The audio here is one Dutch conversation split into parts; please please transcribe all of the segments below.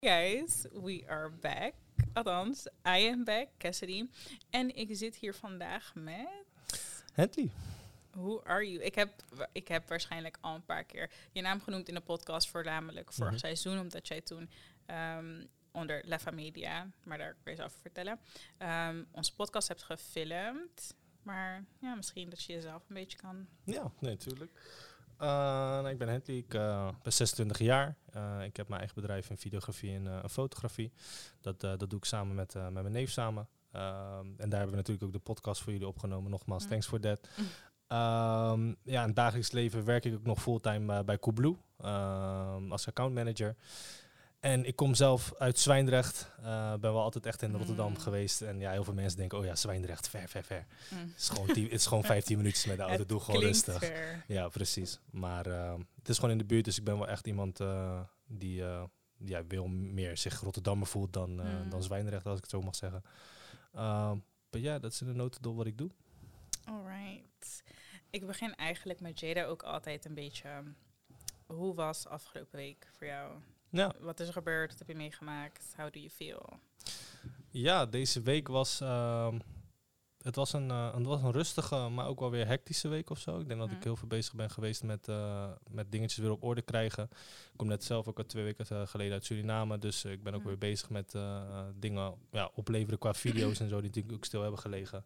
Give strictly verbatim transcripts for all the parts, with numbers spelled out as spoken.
Guys, we are back. Althans, I am back, Cassidy. En ik zit hier vandaag met... Hentley. Who are you? Ik heb, ik heb waarschijnlijk al een paar keer je naam genoemd in de podcast, voornamelijk vorig Mm-hmm. seizoen, omdat jij toen um, onder La Familia, maar daar kun je zo over vertellen, um, onze podcast hebt gefilmd. Maar ja, misschien dat je jezelf een beetje kan... Ja, nee, natuurlijk. Uh, nou, ik ben Hentley, ik uh, ben zesentwintig jaar. Uh, ik heb mijn eigen bedrijf in videografie en uh, fotografie. Dat, uh, dat doe ik samen met, uh, met mijn neef samen. Uh, en daar hebben we natuurlijk ook de podcast voor jullie opgenomen. Nogmaals, mm. thanks for that. Mm. Um, ja, in het dagelijks leven werk ik ook nog fulltime uh, bij Coolblue uh, als accountmanager. En ik kom zelf uit Zwijndrecht. Uh, ben wel altijd echt in Rotterdam mm. geweest. En ja, heel veel mensen denken, oh ja, Zwijndrecht, ver, ver, ver. Mm. Het is gewoon, tien, het is gewoon vijftien minuutjes met de auto. Doe gewoon rustig. Ver. Ja, precies. Maar uh, het is gewoon in de buurt. Dus ik ben wel echt iemand uh, die uh, ja, veel meer zich Rotterdammer voelt dan, uh, mm. dan Zwijndrecht, als ik het zo mag zeggen. Uh, maar ja, dat is in de notendop wat ik doe. Alright. Ik begin eigenlijk met Jada ook altijd een beetje... Um, hoe was afgelopen week voor jou? Ja. Wat is er gebeurd? Wat heb je meegemaakt? How do you feel? Ja, deze week was... Uh, het, was een, uh, het was een rustige, maar ook wel weer hectische week of zo. Ik denk dat mm. ik heel veel bezig ben geweest met, uh, met dingetjes weer op orde krijgen. Ik kom net zelf ook al twee weken uh, geleden uit Suriname. Dus uh, ik ben ook mm. weer bezig met uh, dingen ja, opleveren qua video's en zo. Die natuurlijk ook stil hebben gelegen.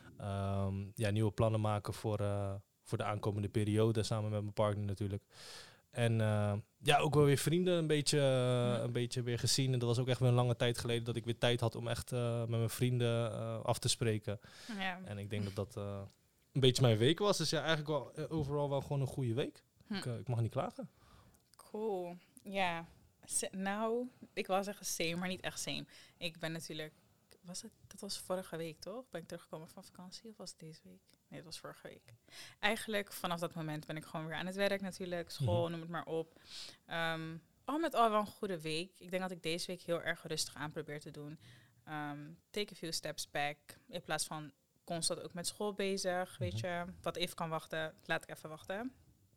Um, ja, nieuwe plannen maken voor, uh, voor de aankomende periode. Samen met mijn partner natuurlijk. En uh, ja, ook wel weer vrienden een beetje, uh, ja. een beetje weer gezien. En dat was ook echt weer een lange tijd geleden dat ik weer tijd had om echt uh, met mijn vrienden uh, af te spreken. Ja. En ik denk dat dat uh, een beetje mijn week was. Dus ja, eigenlijk wel uh, overal wel gewoon een goede week. Hm. Ik, uh, ik mag niet klagen. Cool. Ja. S- nou, ik wil zeggen same, maar niet echt same. Ik ben natuurlijk... Was het, dat was vorige week, toch? Ben ik teruggekomen van vakantie of was het deze week? Nee, dat was vorige week. Eigenlijk vanaf dat moment ben ik gewoon weer aan het werk natuurlijk. School, mm-hmm. noem het maar op. Um, al met al wel een goede week. Ik denk dat ik deze week heel erg rustig aan probeer te doen. Um, take a few steps back. In plaats van constant ook met school bezig. Mm-hmm. Weet je, wat even kan wachten, laat ik even wachten.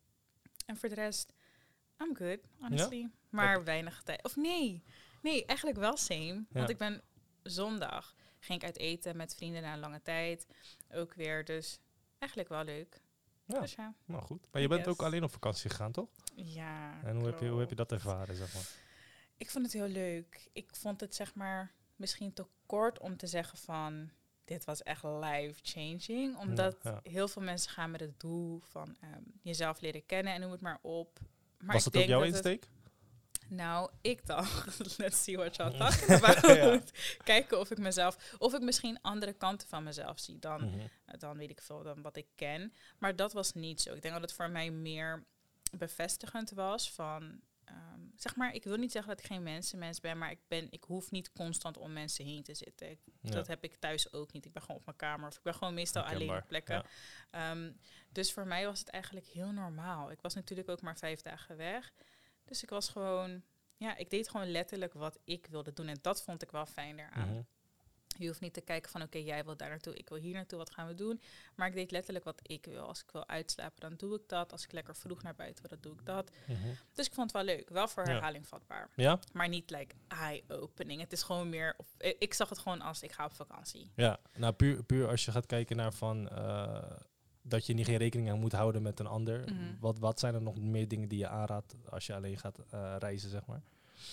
En voor de rest, I'm good, honestly. Ja? Maar ja. weinig tijd. Of nee, nee, eigenlijk wel same. Ja. Want ik ben... Zondag ging ik uit eten met vrienden na een lange tijd. Ook weer, dus eigenlijk wel leuk. Ja, dus ja. Nou goed. Maar je bent ook alleen op vakantie gegaan, toch? Ja. En hoe heb, je, hoe heb je dat ervaren, zeg maar? Ik vond het heel leuk. Ik vond het, zeg maar, misschien te kort om te zeggen van... Dit was echt life-changing. Omdat ja, ja. heel veel mensen gaan met het doel van um, jezelf leren kennen en noem het maar op. Maar was ik het ook jouw dat insteek? Het, Nou, ik dacht, let's see what you're talking about. ja. Kijken of ik mezelf, of ik misschien andere kanten van mezelf zie dan, mm-hmm. dan weet ik veel, dan wat ik ken. Maar dat was niet zo. Ik denk dat het voor mij meer bevestigend was van, um, zeg maar, ik wil niet zeggen dat ik geen mensenmens ben, maar ik ben, ik hoef niet constant om mensen heen te zitten. Ik, ja. Dat heb ik thuis ook niet. Ik ben gewoon op mijn kamer of ik ben gewoon meestal alleen op plekken. Ja. Um, dus voor mij was het eigenlijk heel normaal. Ik was natuurlijk ook maar vijf dagen weg. Dus ik was gewoon, ja, ik deed gewoon letterlijk wat ik wilde doen. En dat vond ik wel fijn eraan. Mm-hmm. Je hoeft niet te kijken van, oké, okay, jij wil daar naartoe, ik wil hier naartoe, wat gaan we doen? Maar ik deed letterlijk wat ik wil. Als ik wil uitslapen, dan doe ik dat. Als ik lekker vroeg naar buiten wil, dan doe ik dat. Mm-hmm. Dus ik vond het wel leuk. Wel voor herhaling ja. vatbaar. Ja? Maar niet like eye-opening. Het is gewoon meer, of, ik zag het gewoon als ik ga op vakantie. Ja, nou puur, puur als je gaat kijken naar van... Uh, dat je niet geen rekening aan moet houden met een ander. Mm-hmm. Wat, wat zijn er nog meer dingen die je aanraadt als je alleen gaat uh, reizen, zeg maar?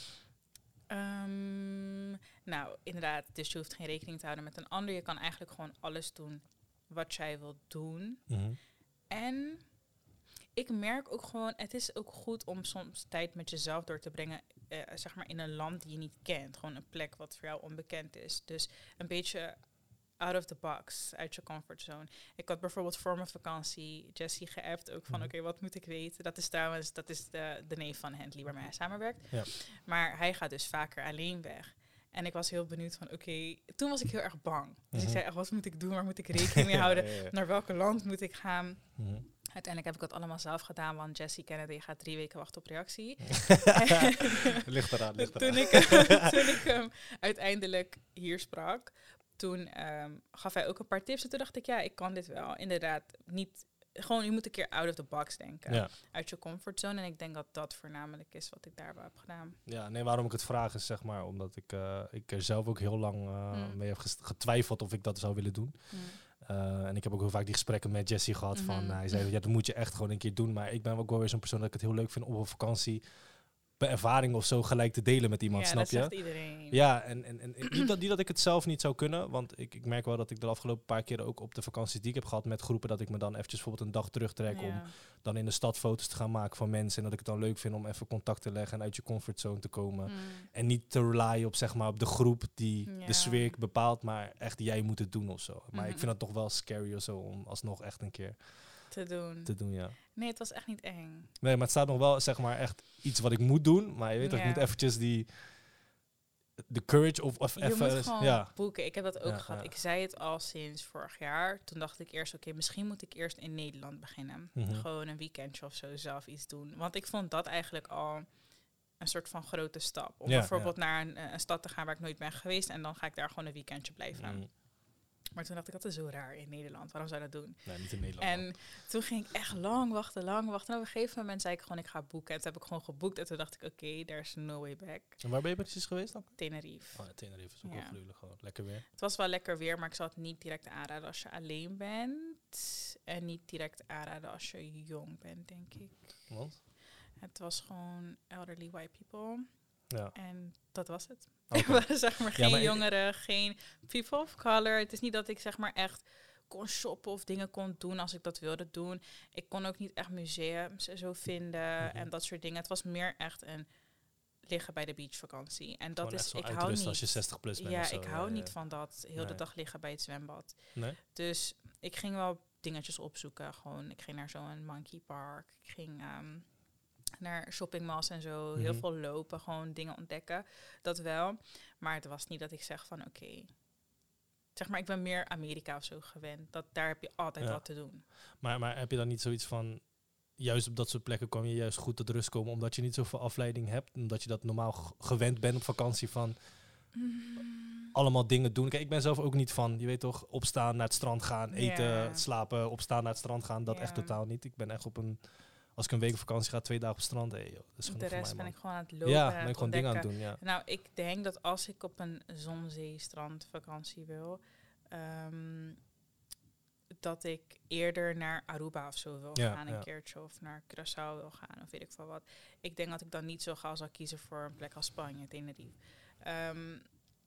Um, nou, inderdaad. Dus je hoeft geen rekening te houden met een ander. Je kan eigenlijk gewoon alles doen wat jij wilt doen. Mm-hmm. En ik merk ook gewoon... Het is ook goed om soms tijd met jezelf door te brengen... Uh, zeg maar in een land die je niet kent. Gewoon een plek wat voor jou onbekend is. Dus een beetje... out of the box, uit je comfortzone. Ik had bijvoorbeeld voor mijn vakantie Jessie geappt, ook van mm-hmm. oké, okay, wat moet ik weten? Dat is trouwens, dat is de, de neef van Hentley waarmee hij samenwerkt. Ja. Maar hij gaat dus vaker alleen weg. En ik was heel benieuwd van oké, okay, toen was ik heel erg bang. Dus mm-hmm. ik zei echt, wat moet ik doen? Waar moet ik rekening mee houden? ja, ja, ja. Naar welk land moet ik gaan? Mm-hmm. Uiteindelijk heb ik dat allemaal zelf gedaan, want Jessie Kennedy gaat drie weken wachten op reactie. ligt eraan, ligt eraan. Toen ik, toen ik um, uiteindelijk hier sprak, toen um, gaf hij ook een paar tips. En toen dacht ik, ja, ik kan dit wel. Inderdaad, niet gewoon, je moet een keer out of the box denken. Ja. Uit je comfortzone. En ik denk dat dat voornamelijk is wat ik daarbij heb gedaan. Ja, nee, waarom ik het vraag is zeg maar omdat ik, uh, ik er zelf ook heel lang uh, Mm. mee heb getwijfeld of ik dat zou willen doen. Mm. Uh, en ik heb ook heel vaak die gesprekken met Jesse gehad Mm-hmm. van, uh, hij zei, ja, dat moet je echt gewoon een keer doen. Maar ik ben ook wel weer zo'n persoon dat ik het heel leuk vind om op vakantie ervaring of zo gelijk te delen met iemand, ja, snap dat je? zegt iedereen. Ja, en, en, en niet, dat, niet dat ik het zelf niet zou kunnen, want ik, ik merk wel dat ik de afgelopen paar keer ook op de vakanties die ik heb gehad met groepen, dat ik me dan eventjes bijvoorbeeld een dag terugtrek Ja. om dan in de stad foto's te gaan maken van mensen en dat ik het dan leuk vind om even contact te leggen en uit je comfortzone te komen. Mm. En niet te relyen op, zeg maar, op de groep die Ja. de sfeer bepaalt, maar echt jij moet het doen of zo. Maar Mhm. ik vind dat toch wel scary of zo om alsnog echt een keer Te doen. te doen, ja. Nee, het was echt niet eng. Nee, maar het staat nog wel, zeg maar, echt iets wat ik moet doen. Maar je weet toch, Ja. ik moet eventjes die de courage of, of Je even, moet gewoon ja. boeken. Ik heb dat ook Ja, gehad. ja. Ik zei het al sinds vorig jaar. Toen dacht ik eerst, oké, okay, misschien moet ik eerst in Nederland beginnen. Mhm. Gewoon een weekendje of zo zelf iets doen. Want ik vond dat eigenlijk al een soort van grote stap. Om Ja, bijvoorbeeld naar een, een stad te gaan waar ik nooit ben geweest. En dan ga ik daar gewoon een weekendje blijven. Mm. Maar toen dacht ik, dat is zo raar in Nederland. Waarom zou je dat doen? Nee, niet in Nederland. En toen ging ik echt lang wachten, lang wachten. En op een gegeven moment zei ik gewoon, ik ga boeken. En toen heb ik gewoon geboekt. En toen dacht ik, oké, okay, there's no way back. En waar ben je precies geweest dan? Tenerife. Oh, ja, Tenerife is ook Ja. wel gruwelijk gewoon. Lekker weer. Het was wel lekker weer, maar ik zou het niet direct aanraden als je alleen bent. En niet direct aanraden als je jong bent, denk ik. Want? Het was gewoon elderly white people. Ja. En dat was het. Okay. Er waren zeg maar geen maar ik- jongeren, geen people of color. Het is niet dat ik zeg maar echt kon shoppen of dingen kon doen als ik dat wilde doen. Ik kon ook niet echt museums zo vinden Mhm. en dat soort dingen. Het was meer echt een liggen bij de beach vakantie. En dat Gewoon echt is, zo ik hou uitrusten niet. als je zestig plus bent Ja, of zo. ik hou Ja, niet ja. van dat heel Nee. de dag liggen bij het zwembad. Nee? Dus ik ging wel dingetjes opzoeken. Gewoon, ik ging naar zo'n monkey park. Ik ging ehm, naar shoppingmalls en zo. Heel Mhm. veel lopen, gewoon dingen ontdekken. Dat wel. Maar het was niet dat ik zeg van oké. Okay, zeg maar, ik ben meer Amerika of zo gewend. Dat, daar heb je altijd Ja. wat te doen. Maar, maar heb je dan niet zoiets van, juist op dat soort plekken kan je juist goed tot rust komen, omdat je niet zoveel afleiding hebt, omdat je dat normaal g- gewend bent op vakantie van allemaal dingen doen. Kijk, ik ben zelf ook niet van, je weet toch, opstaan, naar het strand gaan, eten, Ja. slapen, opstaan, naar het strand gaan. Dat Ja. echt totaal niet. Ik ben echt op een, als ik een week op vakantie ga, twee dagen op het strand, hey, joh, dat is genoeg De voor rest mij, ben man. ik gewoon aan het lopen Ja, en ben aan ik het gewoon dingen aan het ontdekken. doen, ja. Nou, ik denk dat als ik op een zon, zee, strand vakantie wil, ehm, dat ik eerder naar Aruba of zo wil Ja, gaan, een ja. keertje, of naar Curaçao wil gaan, of weet ik veel wat. Ik denk dat ik dan niet zo gauw zal kiezen voor een plek als Spanje, Tenerife. Um,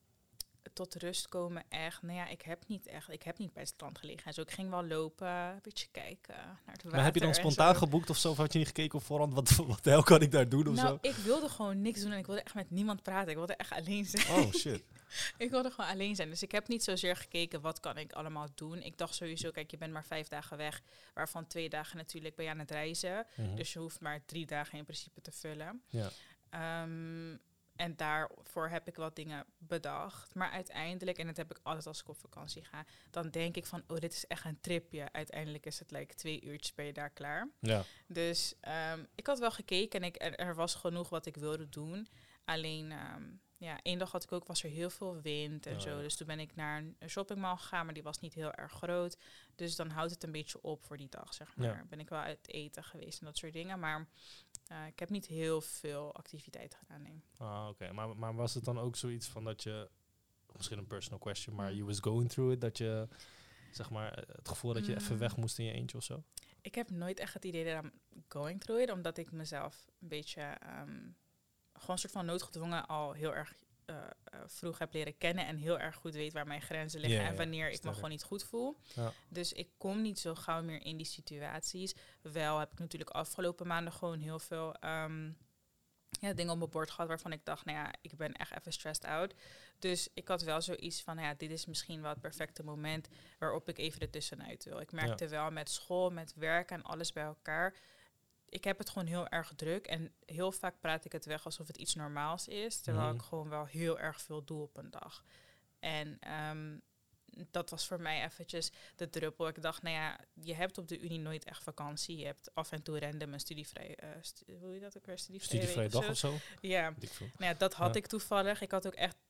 tot rust komen echt, nou ja, ik heb niet echt, ik heb niet bij het strand gelegen en zo. Ik ging wel lopen, een beetje kijken naar het water. Maar heb je dan en spontaan zo. geboekt of zo? Of had je niet gekeken op voorhand, wat, wat de hel kan ik daar doen of Nou, zo? ik wilde gewoon niks doen en ik wilde echt met niemand praten. Ik wilde echt alleen zijn. Oh, shit. Ik wilde gewoon alleen zijn. Dus ik heb niet zozeer gekeken, wat kan ik allemaal doen. Ik dacht sowieso, kijk, je bent maar vijf dagen weg. Waarvan twee dagen natuurlijk ben je aan het reizen. Mhm. Dus je hoeft maar drie dagen in principe te vullen. Ja. Um, en daarvoor heb ik wat dingen bedacht. Maar uiteindelijk, en dat heb ik altijd als ik op vakantie ga, dan denk ik van, oh, dit is echt een tripje. Uiteindelijk is het like twee uurtjes, ben je daar klaar. Ja. Dus um, ik had wel gekeken en ik, er, er was genoeg wat ik wilde doen. Alleen, um, ja, één dag had ik ook, was er heel veel wind en Oh, zo. ja. Dus toen ben ik naar een shoppingmall gegaan, maar die was niet heel erg groot. Dus dan houdt het een beetje op voor die dag, zeg maar. Ja. Ben ik wel uit eten geweest en dat soort dingen. Maar uh, ik heb niet heel veel activiteit gedaan, nee. Ah, oké. Okay. Maar, maar was het dan ook zoiets van dat je, misschien een personal question, maar Mm. you was going through it, dat je, zeg maar, het gevoel dat je Mm. even weg moest in je eentje of zo? Ik heb nooit echt het idee dat I'm going through it, omdat ik mezelf een beetje, um, gewoon een soort van noodgedwongen al heel erg uh, uh, vroeg heb leren kennen en heel erg goed weet waar mijn grenzen liggen Ja, en ja, wanneer ik me sterk. gewoon niet goed voel. Ja. Dus ik kom niet zo gauw meer in die situaties. Wel heb ik natuurlijk afgelopen maanden gewoon heel veel um, ja, dingen op mijn bord gehad waarvan ik dacht, nou ja, ik ben echt even stressed out. Dus ik had wel zoiets van, nou ja, dit is misschien wel het perfecte moment waarop ik even ertussenuit wil. Ik merkte ja. wel met school, met werk en alles bij elkaar. Ik heb het gewoon heel erg druk en heel vaak praat ik het weg alsof het iets normaals is, terwijl Mm. ik gewoon wel heel erg veel doe op een dag. En um, dat was voor mij eventjes de druppel. Ik dacht, nou ja, je hebt op de Unie nooit echt vakantie. Je hebt af en toe random een studievrij, uh, stu- hoe je dat ook weer, studievrije Studievrije week dag of zo? Ja, Dik veel. nou ja, dat had Ja. ik toevallig. Ik had ook echt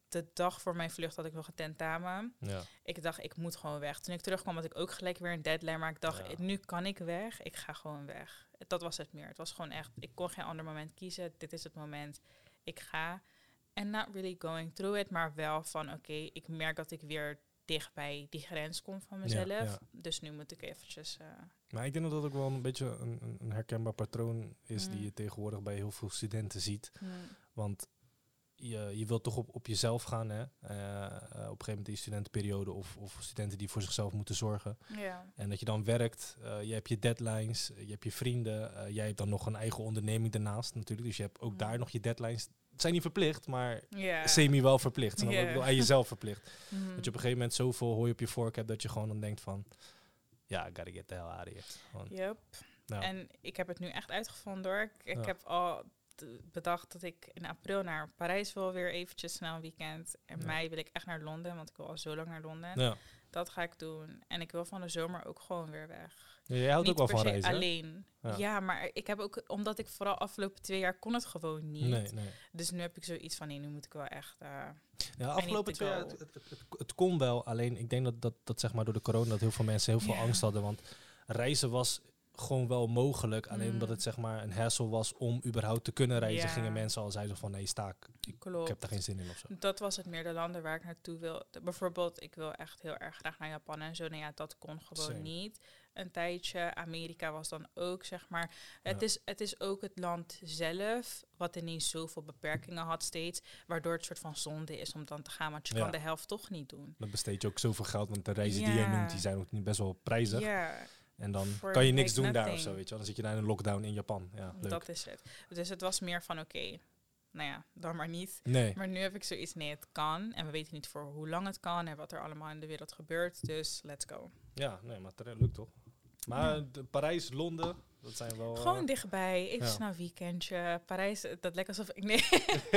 de dag voor mijn vlucht had ik nog een tentamen. Ja. Ik dacht, ik moet gewoon weg. Toen ik terugkwam had ik ook gelijk weer een deadline. Maar ik dacht, Ja. nu kan ik weg. Ik ga gewoon weg. Dat was het meer. Het was gewoon echt, ik kon geen ander moment kiezen. Dit is het moment. Ik ga. And not really going through it. Maar wel van, oké, okay, ik merk dat ik weer dicht bij die grens kom van mezelf. Ja, ja. Dus nu moet ik eventjes... Uh, maar ik denk dat dat ook wel een beetje een, een herkenbaar patroon is... Mm. die je tegenwoordig bij heel veel studenten ziet. Mm. Want... Je, je wilt toch op, op jezelf gaan, hè? Uh, uh, op een gegeven moment in die studentenperiode of, of studenten die voor zichzelf moeten zorgen. Ja. En dat je dan werkt, uh, je hebt je deadlines, je hebt je vrienden, uh, jij hebt dan nog een eigen onderneming daarnaast natuurlijk. Dus je hebt ook mm. daar nog je deadlines. Het zijn niet verplicht, maar yeah. semi wel verplicht. Snap yeah. ook wel aan jezelf verplicht. Mm. Dat je op een gegeven moment zoveel hooi op je vork hebt dat je gewoon dan denkt van... Ja, I gotta get the hell out of here. Gewoon, yep. Nou. En ik heb het nu echt uitgevonden hoor. Ik, ik ja. heb al... bedacht dat ik in april naar Parijs wil weer eventjes snel een weekend. En ja. mei wil ik echt naar Londen, want ik wil al zo lang naar Londen. Ja. Dat ga ik doen. En ik wil van de zomer ook gewoon weer weg. Ja, jij houdt niet ook wel van reizen, alleen. Ja. ja, maar ik heb ook, omdat ik vooral afgelopen twee jaar kon het gewoon niet. Nee, nee. Dus nu heb ik zoiets van, nee, nu moet ik wel echt... Uh, ja, afgelopen twee jaar, het, het, het, het, het kon wel. Alleen ik denk dat, dat, dat zeg maar door de corona dat heel veel mensen heel veel ja. angst hadden. Want reizen was... gewoon wel mogelijk, alleen mm. omdat het zeg maar een hassle was om überhaupt te kunnen reizen, ja. gingen mensen al zeiden van nee, sta ik, ik, ik heb daar geen zin in of zo. Dat was het meer de landen waar ik naartoe wil. De, bijvoorbeeld, ik wil echt heel erg graag naar Japan en zo. Nou ja, dat kon gewoon Same. niet. Een tijdje, Amerika was dan ook, zeg maar. Het, ja. is, het is ook het land zelf, wat ineens zoveel beperkingen had steeds, waardoor het soort van zonde is om dan te gaan, want je ja. kan de helft toch niet doen. Dan besteed je ook zoveel geld, want de reizen ja. die jij noemt, die zijn ook niet best wel prijzig. Ja. En dan For kan je niks doen nothing. daar of zo, weet je wel. Dan zit je daar in een lockdown in Japan. Ja, leuk. Dat is het. Dus het was meer van, oké, okay, nou ja, dan maar niet. Nee. Maar nu heb ik zoiets, nee, het kan. En we weten niet voor hoe lang het kan en wat er allemaal in de wereld gebeurt. Dus let's go. Ja, nee, maar het lukt toch. Maar ja. de Parijs, Londen, dat zijn wel... Gewoon uh, dichtbij. Even ja. snel weekendje. Parijs, dat lijkt alsof ik... Nee,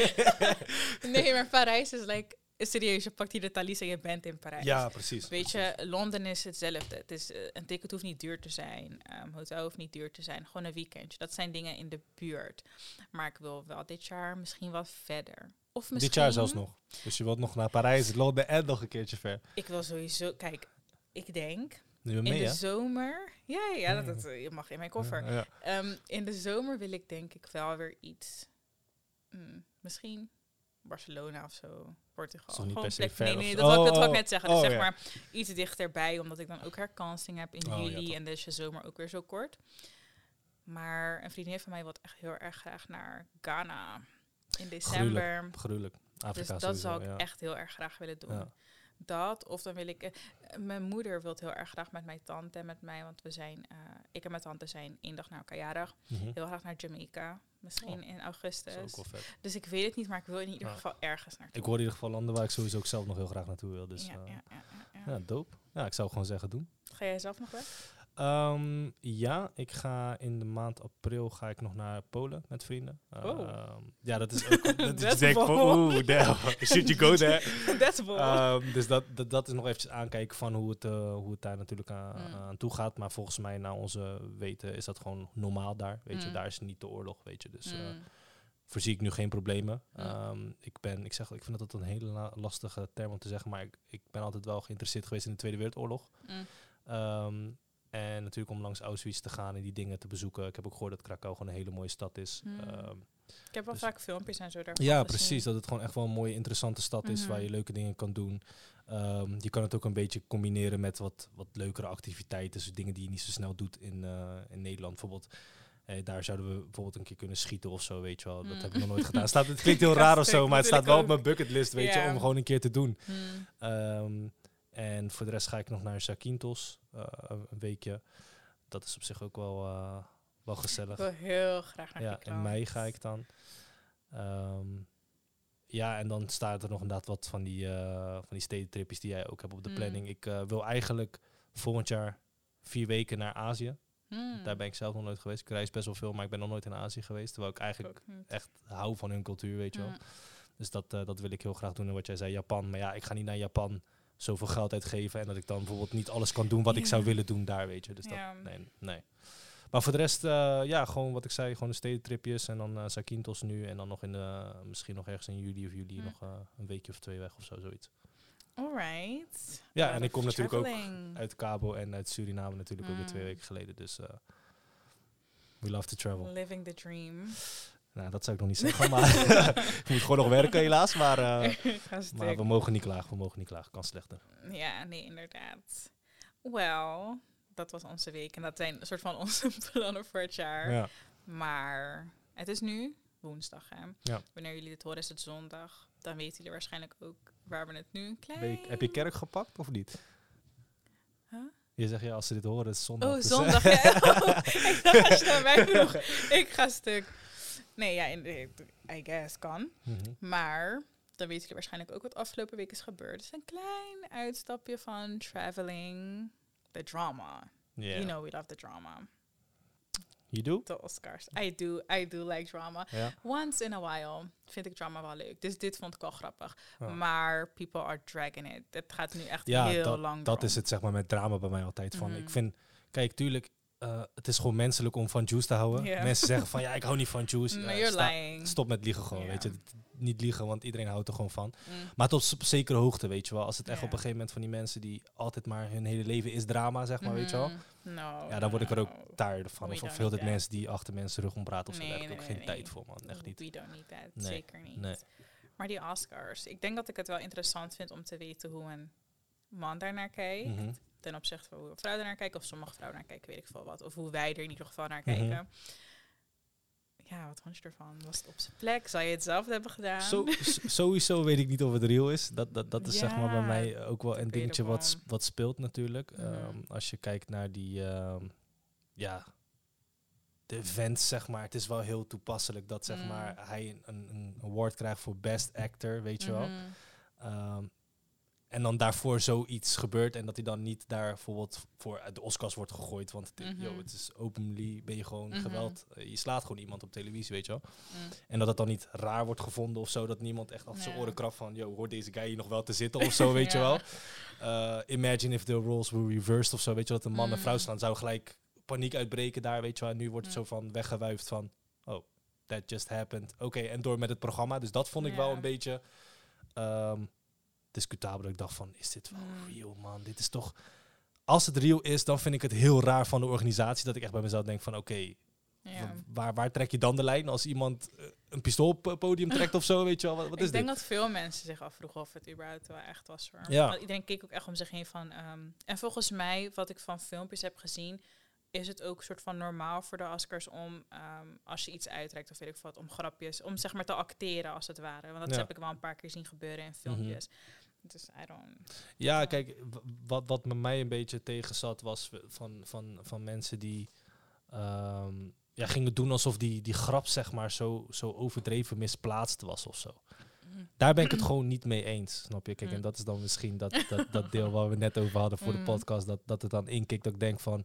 nee maar Parijs is like... Serieus, je pakt hier de Thalys en je bent in Parijs. Ja, precies. Weet precies. je, Londen is hetzelfde. Het is, uh, een ticket hoeft niet duur te zijn. Um, hotel hoeft niet duur te zijn. Gewoon een weekendje. Dat zijn dingen in de buurt. Maar ik wil wel dit jaar misschien wat verder. Of misschien... Dit jaar zelfs nog. Dus je wilt nog naar Parijs, Londen en nog een keertje ver. Ik wil sowieso... Kijk, ik denk... Nu mee, in de hè? zomer... Ja, ja, ja. Dat, dat je mag in mijn koffer. Ja, ja. Um, in de zomer wil ik denk ik wel weer iets... Hmm, misschien... Barcelona of zo, Portugal. Gewoon per plek. Nee, nee, nee, dat, oh, wil ik, dat wil ik oh, net zeggen. oh, Dus zeg ja. maar iets dichterbij, omdat ik dan ook herkansing heb in oh, juli ja, en dus je zomer ook weer zo kort. Maar een vriendin van mij wil echt heel erg graag naar Ghana in december. Gruwelijk, gruwelijk. Afrika dus dat sowieso, zou ik ja. echt heel erg graag willen doen. Ja. Dat, of dan wil ik... Uh, mijn moeder wil heel erg graag met mijn tante en met mij, want we zijn... Uh, ik en mijn tante zijn één dag naar elkaar jarig. Mm-hmm. Heel graag naar Jamaica. Misschien oh, in augustus. Dat is ook wel vet. Dus ik weet het niet, maar ik wil in ieder ja. geval ergens naartoe. Ik hoor in ieder geval landen waar ik sowieso ook zelf nog heel graag naartoe wil. Dus ja, uh, ja, ja, ja, ja, dope. Ja, ik zou gewoon zeggen doen. Ga jij zelf nog weg? Um, ja, ik ga in de maand april ga ik nog naar Polen met vrienden. Uh, oh. Um, ja, dat is ook... dat is denk van, oeh, damn, should you go there? That's bold. Um, dus dat, dat, dat is nog eventjes aankijken van hoe het, uh, hoe het daar natuurlijk aan, mm. aan toe gaat. Maar volgens mij, naar onze weten, is dat gewoon normaal daar. Weet mm. je, daar is niet de oorlog, weet je. Dus... Mm. Uh, voorzie ik nu geen problemen. Ja. Um, ik ben, ik zeg, ik vind dat een hele la- lastige term om te zeggen, maar ik, ik ben altijd wel geïnteresseerd geweest in de Tweede Wereldoorlog. Mm. Um, en natuurlijk om langs Auschwitz te gaan en die dingen te bezoeken. Ik heb ook gehoord dat Krakau gewoon een hele mooie stad is. Mm. Um, ik heb wel dus vaak filmpjes en zo daarvan Ja, gezien. precies. Dat het gewoon echt wel een mooie, interessante stad is, mm-hmm. waar je leuke dingen kan doen. Um, je kan het ook een beetje combineren met wat, wat leukere activiteiten. Dus dingen die je niet zo snel doet in, uh, in Nederland. Bijvoorbeeld, hey, daar zouden we bijvoorbeeld een keer kunnen schieten of zo, weet je wel. Dat mm. heb ik nog nooit gedaan. Staat, het klinkt heel raar of zo, maar het staat wel ook op mijn bucketlist, weet yeah. je, om gewoon een keer te doen. Mm. Um, en voor de rest ga ik nog naar Zakynthos, uh, een weekje. Dat is op zich ook wel, uh, wel gezellig. Ik wil heel graag naar Ja, in mei ga ik dan. Um, ja, en dan staat er nog inderdaad wat van die, uh, van die stedentripjes die jij ook hebt op de mm. planning. Ik uh, wil eigenlijk volgend jaar vier weken naar Azië. Hmm. Daar ben ik zelf nog nooit geweest. Ik reis best wel veel, maar ik ben nog nooit in Azië geweest. Terwijl ik eigenlijk echt hou van hun cultuur, weet je wel. Hmm. Dus dat, uh, dat wil ik heel graag doen. En wat jij zei, Japan. Maar ja, ik ga niet naar Japan zoveel geld uitgeven. En dat ik dan bijvoorbeeld niet alles kan doen wat yeah. ik zou willen doen daar, weet je. Dus yeah. dat, nee, nee. Maar voor de rest, uh, ja, gewoon wat ik zei, gewoon de stedentripjes. En dan uh, Zakynthos nu. En dan nog in de, misschien nog ergens in juli of juli hm. nog uh, een weekje of twee weg of zo, zoiets. Alright. Ja, Out en ik kom natuurlijk ook uit Cabo en uit Suriname natuurlijk mm. ook weer twee weken geleden. Dus uh, we love to travel. Living the dream. Nou, dat zou ik nog niet zeggen, maar je moet gewoon nog werken helaas. Maar, uh, maar we mogen niet klagen, we mogen niet klagen. Kan slechter. Ja, nee, inderdaad. Wel, dat was onze week en dat zijn een soort van onze plannen voor het jaar. Ja. Maar het is nu woensdag, hè. Ja. Wanneer jullie dit horen is het zondag. Dan weten jullie waarschijnlijk ook waar we het nu een klein... Week. Heb je kerk gepakt of niet? Huh? Je zegt ja, als ze dit horen, het is zondag. Oh, dus zondag, ja. Oh, ik dacht als je naar mij vroeg. Ik ga stuk. Nee, ja, in de, I guess kan. Mm-hmm. Maar dan weten jullie waarschijnlijk ook wat afgelopen week is gebeurd. Het is een klein uitstapje van traveling. The drama. Yeah. You know we love the drama. You do? De Oscars. I do. I do like drama. Yeah. Once in a while vind ik drama wel leuk. Dus dit vond ik al grappig. Oh. Maar people are dragging it. Het gaat nu echt ja, heel dat, lang dat is het zeg maar met drama bij mij altijd van. Mm-hmm. Ik vind, kijk, tuurlijk, uh, het is gewoon menselijk om van Juice te houden. Yeah. Mensen zeggen van, ja, ik hou niet van Juice. No, uh, you're sta- lying. Stop met liegen gewoon, yeah. weet je. Niet liegen, want iedereen houdt er gewoon van. Mm. Maar tot op zekere hoogte, weet je wel. Als het echt yeah. op een gegeven moment van die mensen die altijd maar hun hele leven is drama, zeg maar, mm. weet je wel. No, ja, dan word ik er ook no. tired van. Of, of heel de mensen die achter mensen rug ompraten of zo. Nee, Daar heb ik nee, ook geen nee. tijd voor, man. Echt niet. We don't need that. Nee. Zeker niet. Nee. Maar die Oscars. Ik denk dat ik het wel interessant vind om te weten hoe een man daarnaar kijkt. Mm-hmm. Ten opzichte van hoe een vrouw daarnaar kijkt. Of sommige vrouwen naar kijken, weet ik veel wat. Of hoe wij er in ieder geval naar kijken. Mm-hmm. Ja, wat vond je ervan? Was het op zijn plek? Zou je het zelf hebben gedaan? Zo, so, sowieso weet ik niet of het real is. Dat, dat, dat is ja, zeg maar bij mij ook wel een dingetje wat, wat speelt natuurlijk. Mm. Um, als je kijkt naar die... Um, ja, de events, zeg maar. Het is wel heel toepasselijk dat zeg mm. maar hij een, een award krijgt voor Best Actor, weet je mm-hmm. wel. Um, en dan daarvoor zoiets gebeurt en dat hij dan niet daar bijvoorbeeld voor de Oscars wordt gegooid. Want het, mm-hmm. yo, het is openly, ben je gewoon mm-hmm. geweld. Uh, je slaat gewoon iemand op televisie, weet je wel. Mm. En dat het dan niet raar wordt gevonden of zo. Dat niemand echt achter zijn oren krabt van, yo, hoort deze guy hier nog wel te zitten of zo, weet ja. je wel. Uh, imagine if the roles were reversed of zo, weet je dat een man mm. en vrouw slaan. Zou gelijk paniek uitbreken daar, weet je wel. En nu wordt het mm. zo van weggewuifd van, oh, that just happened. Oké, okay, en door met het programma. Dus dat vond ik ja. wel een beetje... Um, discutabel. Ik dacht van, is dit wel mm. real, man? Dit is toch... Als het real is, dan vind ik het heel raar van de organisatie dat ik echt bij mezelf denk van, oké, okay, ja. w- waar, waar trek je dan de lijn als iemand uh, een pistool op het podium trekt of zo, weet je wel? Wat, wat is ik denk dit? Dat veel mensen zich afvroegen of het überhaupt wel echt was. Hoor. Ja. Want iedereen keek ook echt om zich heen van... Um, en volgens mij, wat ik van filmpjes heb gezien, is het ook een soort van normaal voor de Oscars om, um, als je iets uitreikt of weet ik wat, om grapjes, om zeg maar te acteren als het ware. Want dat ja. heb ik wel een paar keer zien gebeuren in filmpjes. Mm-hmm. Dus I don't... Ja, kijk, w- wat, wat met mij een beetje tegen zat was van, van, van mensen die um, ja, gingen doen alsof die, die grap zeg maar zo, zo overdreven misplaatst was of zo. Mm. Daar ben ik het gewoon niet mee eens, snap je? Kijk, mm. en dat is dan misschien dat, dat, dat deel waar we net over hadden voor mm. de podcast, dat, dat het dan inkikt dat ik denk van,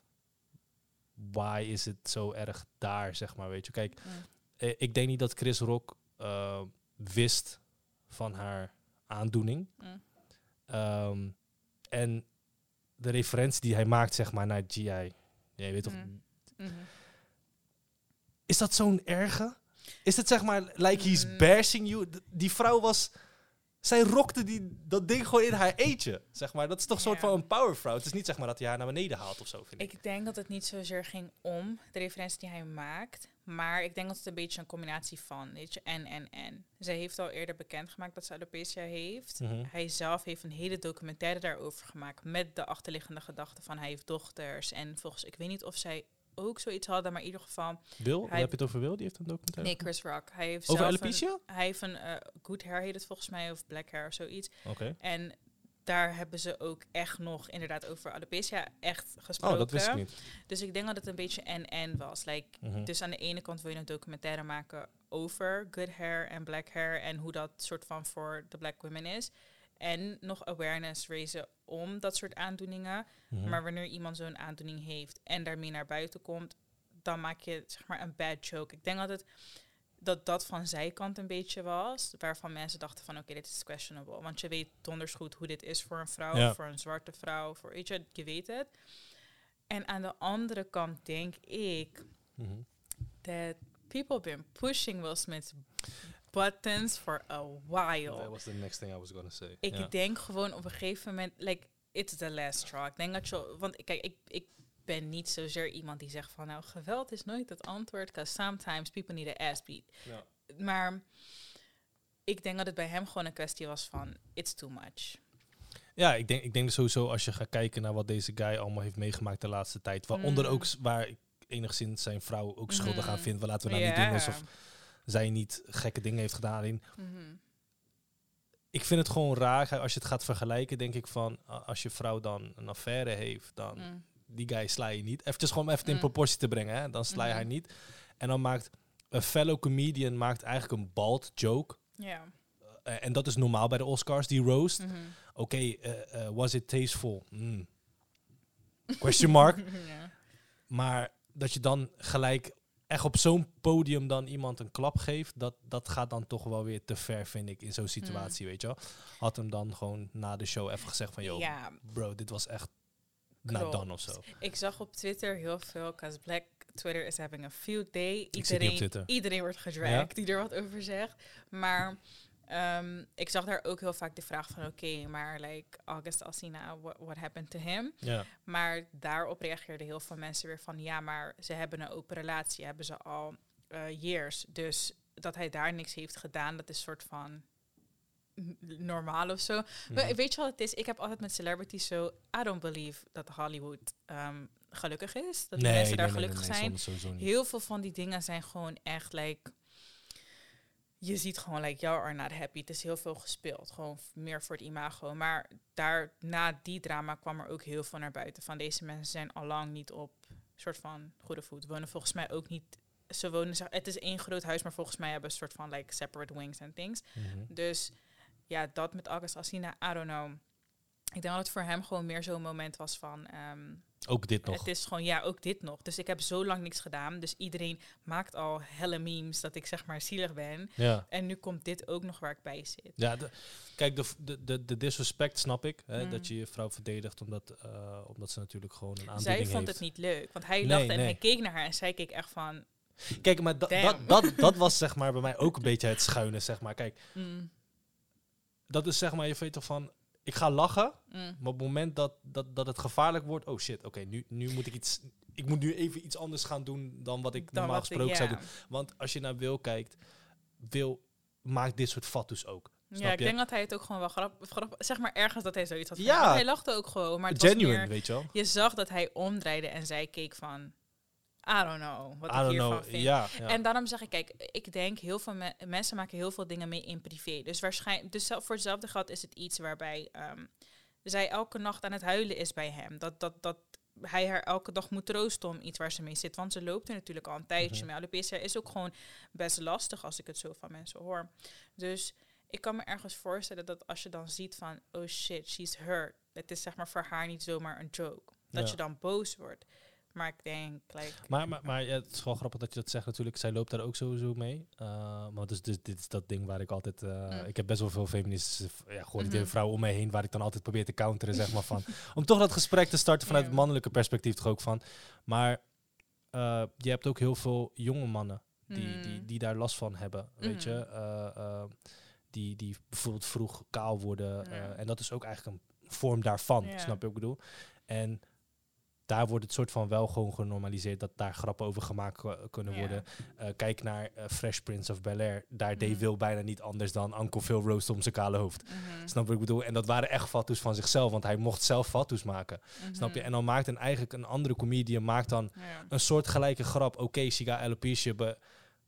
why is het zo erg daar, zeg maar, weet je? Kijk, mm. eh, ik denk niet dat Chris Rock uh, wist van haar aandoening. Mm. Um, en de referentie die hij maakt, zeg maar, naar G I. Ja, je weet toch... Mm. Mm-hmm. Is dat zo'n erge? Is het, zeg maar, like he's mm. bashing you? D- die vrouw was... Zij rokte die, dat ding gewoon in haar eetje, zeg maar. Dat is toch een soort van een powervrouw. Het is niet, zeg maar, dat hij haar naar beneden haalt of zo, vind ik. Ik denk dat het niet zozeer ging om de referentie die hij maakt. Maar ik denk dat het een beetje een combinatie van, weet je, en, en, en. Zij heeft al eerder bekendgemaakt dat ze alopecia heeft. Mm-hmm. Hij zelf heeft een hele documentaire daarover gemaakt met de achterliggende gedachte van hij heeft dochters. En volgens, ik weet niet of zij ook zoiets hadden, maar in ieder geval... Wil? Hij, heb je het over Wil? Die heeft een documentaire? Nee, Chris Rock. Hij heeft over zelf alopecia? Een, hij heeft een uh, Good Hair heet het volgens mij, of Black Hair of zoiets. Oké. Okay. En daar hebben ze ook echt nog inderdaad over alopecia echt gesproken. Oh, dat wist ik niet. Dus ik denk dat het een beetje en-en was. Like, mm-hmm. Dus aan de ene kant wil je een documentaire maken over good hair en black hair en hoe dat soort van voor de black women is. En nog awareness raisen om dat soort aandoeningen. Mm-hmm. Maar wanneer iemand zo'n aandoening heeft en daarmee naar buiten komt, dan maak je, zeg maar, een bad joke. Ik denk dat het dat dat van zijkant een beetje was, waarvan mensen dachten van, oké, okay, dit is questionable. Want je weet donders goed hoe dit is voor een vrouw, ja. voor een zwarte vrouw, voor, weet je, je weet het. En aan de andere kant denk ik Mm-hmm. that people been pushing Will Smith's buttons for a while. That was the next thing I was gonna say. Ik Ja. denk gewoon op een gegeven moment, like, it's the last straw. Ik denk dat je, want kijk, ik, ik ben niet zozeer iemand die zegt van, nou, geweld is nooit het antwoord, because sometimes people need an ass beat. Ja. Maar ik denk dat het bij hem gewoon een kwestie was van, it's too much. Ja, ik denk, ik denk sowieso als je gaat kijken naar wat deze guy allemaal heeft meegemaakt de laatste tijd. Waaronder Mm. ook s- waar ik enigszins zijn vrouw ook schuldig Mhm. aan vind. Maar laten we nou Ja. niet doen alsof zij niet gekke dingen heeft gedaan. Alleen, Mhm. ik vind het gewoon raar. Als je het gaat vergelijken, denk ik van, a- als je vrouw dan een affaire heeft, dan Mm. die guy sla je niet. Even gewoon even in Mm. proportie te brengen, hè? Dan sla je Mhm. haar niet. En dan maakt een fellow comedian maakt eigenlijk een bald joke. Ja. Uh, en dat is normaal bij de Oscars, die roast. Mhm. Oké, okay, uh, uh, was it tasteful? Mm. Question mark. Ja. Maar dat je dan gelijk echt op zo'n podium dan iemand een klap geeft, dat, dat gaat dan toch wel weer te ver, vind ik, in zo'n situatie, weet je wel. Had hem dan gewoon na de show even gezegd van, yo, Ja. bro, dit was echt not Klopt. done of zo. Ik zag op Twitter heel veel, because Black Twitter is having a field day. Ik zit niet op Iedereen, Twitter. iedereen wordt gedragd die er wat over zegt. Maar um, ik zag daar ook heel vaak de vraag van, oké, okay, maar like August Alsina, what, what happened to him? Ja. Maar daarop reageerden heel veel mensen weer van, ja, maar ze hebben een open relatie, hebben ze al uh, years. Dus dat hij daar niks heeft gedaan, dat is een soort van normaal of zo. Mhm. Maar weet je wat het is? Ik heb altijd met celebrities zo, I don't believe dat Hollywood um, gelukkig is. Dat die mensen daar gelukkig nee, nee, zijn. nee, sowieso niet. Heel veel van die dingen zijn gewoon echt, like, je ziet gewoon, like, jou are not happy. Het is heel veel gespeeld. Gewoon f- meer voor het imago. Maar daar, na die drama kwam er ook heel veel naar buiten. Van deze mensen zijn al lang niet op soort van goede voet. Wonen volgens mij ook niet. Ze wonen, zeg- het is één groot huis, maar volgens mij hebben ze een soort van, like, separate wings and things. Mhm. Dus ja, dat met August Alsina, I don't know. Ik denk dat het voor hem gewoon meer zo'n moment was van, um, Ook dit nog. het is gewoon, ja, ook dit nog. Dus ik heb zo lang niks gedaan. Dus iedereen maakt al helle memes dat ik, zeg maar, zielig ben. Ja. En nu komt dit ook nog waar ik bij zit. Ja, de, kijk, de, de, de, de disrespect snap ik. Hè, Mm. Dat je je vrouw verdedigt omdat, uh, omdat ze natuurlijk gewoon een aandoening Zij heeft. vond het niet leuk. Want hij Nee, lachte en nee. hij keek naar haar en zij keek echt van, Kijk, maar da, Damn. dat, dat, dat was zeg maar bij mij ook een beetje het schuine, zeg maar. Kijk, mm, dat is zeg maar, je weet toch van, ik ga lachen, mm, maar op het moment dat, dat, dat het gevaarlijk wordt, oh shit, oké, nu, nu moet ik iets, ik moet nu even iets anders gaan doen dan wat ik dan normaal wat ik- gesproken zou ja. doen. Want als je naar Wil kijkt, Wil maakt dit soort fatsoes ook. Snap Ja, ik je? denk dat hij het ook gewoon wel grappig, grappig zeg maar ergens dat hij zoiets had. Ja. Ja. Hij lachte ook gewoon, maar het was Genuine, meer, weet je wel. je zag dat hij omdraaide en zij keek van, I don't know, wat I ik don't hiervan know, vind. ja. ja. En daarom zeg ik, kijk, ik denk heel veel me- mensen maken heel veel dingen mee in privé. Dus waarschijnlijk, dus zelf- voor hetzelfde geld is het iets waarbij um, zij elke nacht aan het huilen is bij hem. Dat, dat, dat hij haar elke dag moet troosten om iets waar ze mee zit. Want ze loopt er natuurlijk al een tijdje Mhm. mee. Alopecia is ook gewoon best lastig als ik het zo van mensen hoor. Dus ik kan me ergens voorstellen dat als je dan ziet van, oh shit, she's hurt. Het is zeg maar voor haar niet zomaar een joke. Dat Ja. je dan boos wordt. Maar ik denk, like, Maar, maar, maar ja, het is wel grappig dat je dat zegt natuurlijk. Zij loopt daar ook sowieso mee. Uh, maar dus, dus dit is dat ding waar ik altijd... Uh, Mm. Ik heb best wel veel feministische v- ja, gewoon Mhm. vrouwen om me heen... waar ik dan altijd probeer te counteren, zeg maar van... om toch dat gesprek te starten vanuit Ja. het mannelijke perspectief toch ook van. Maar uh, je hebt ook heel veel jonge mannen... die, Mm. die, die daar last van hebben, weet Mhm. je. Uh, uh, die, die bijvoorbeeld vroeg kaal worden. Uh, Ja. en dat is ook eigenlijk een vorm daarvan, Ja. snap je wat ik bedoel? En... daar wordt het soort van wel gewoon genormaliseerd dat daar grappen over gemaakt uh, kunnen Ja. worden. Uh, kijk naar uh, Fresh Prince of Bel-Air. Daar deed Mhm. Will bijna niet anders dan Uncle Phil roast om zijn kale hoofd. Mhm. Snap je wat ik bedoel? En dat waren echt fatsoes van zichzelf, want hij mocht zelf fatsoes maken. Mhm. Snap je? En dan maakt een, eigenlijk een andere comedian maakt dan Ja. een soort gelijke grap. Oké, okay, she got alopecia, but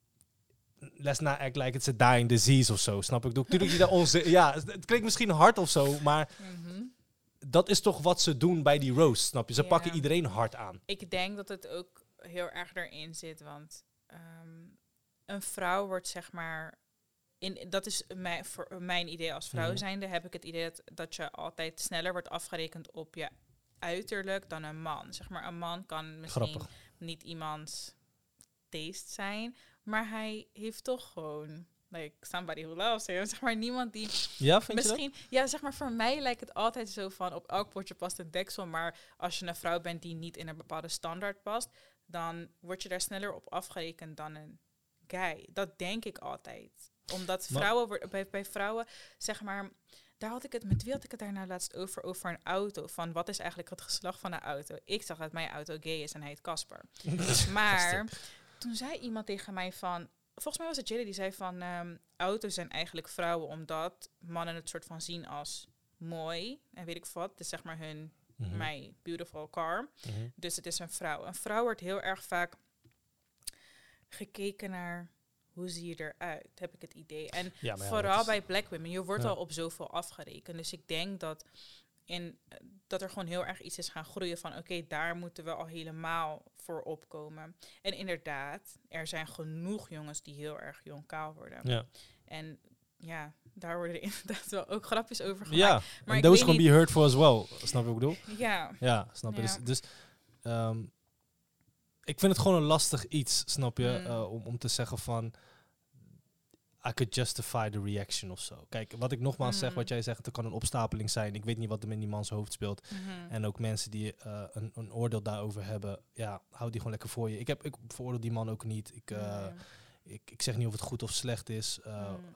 let's not act like it's a dying disease of zo. Snap ik? Natuurlijk niet dat onze... Ja, het klinkt misschien hard of zo, maar... Mhm. dat is toch wat ze doen bij die roast, snap je? Ze Ja. pakken iedereen hard aan. Ik denk dat het ook heel erg erin zit, want um, een vrouw wordt zeg maar, in, dat is mijn, voor mijn idee als vrouw Mhm. zijnde, heb ik het idee dat, dat je altijd sneller wordt afgerekend op je uiterlijk dan een man. Zeg maar, een man kan misschien Grappig. niet iemands taste zijn, maar hij heeft toch gewoon like somebody who loves him. Zeg maar niemand die... Ja, vind misschien, je dat? Ja, zeg maar voor mij lijkt het altijd zo van... op elk potje past een deksel. Maar als je een vrouw bent die niet in een bepaalde standaard past... dan word je daar sneller op afgerekend dan een guy. Dat denk ik altijd. Omdat vrouwen... Maar, bij, bij vrouwen, zeg maar... Daar had ik het, met wie had ik het daar nou laatst over? Over een auto. Van wat is eigenlijk het geslacht van een auto? Ik zag dat mijn auto gay is en hij heet Casper. Maar toen zei iemand tegen mij van... Volgens mij was het Jilly die zei van... Um, auto's zijn eigenlijk vrouwen omdat mannen het soort van zien als mooi. En weet ik wat. Dus zeg maar hun... Mm-hmm. My beautiful car. Mm-hmm. Dus het is een vrouw. Een vrouw wordt heel erg vaak gekeken naar... Hoe zie je eruit, heb ik het idee. En ja, ja, vooral is... bij black women, je wordt ja. al op zoveel afgerekend. Dus ik denk dat, in, dat er gewoon heel erg iets is gaan groeien van... oké, okay, daar moeten we al helemaal voor opkomen. En inderdaad, er zijn genoeg jongens die heel erg jong kaal worden. Ja. En ja, daar worden er inderdaad wel ook grapjes over gemaakt. Ja, maar and those can be hurtful as well. Snap je wat ik bedoel? Ja. Ja, snap je. Ja. Dus... dus um, ik vind het gewoon een lastig iets, snap je? Mm. Uh, om, om te zeggen van... I could justify the reaction of zo. Kijk, wat ik nogmaals mm. zeg, wat jij zegt... er kan een opstapeling zijn. Ik weet niet wat er in die mans hoofd speelt. Mm-hmm. En ook mensen die uh, een, een oordeel daarover hebben... ja, hou die gewoon lekker voor je. Ik, heb, ik veroordeel die man ook niet. Ik, uh, mm. ik, ik zeg niet of het goed of slecht is. Uh, mm.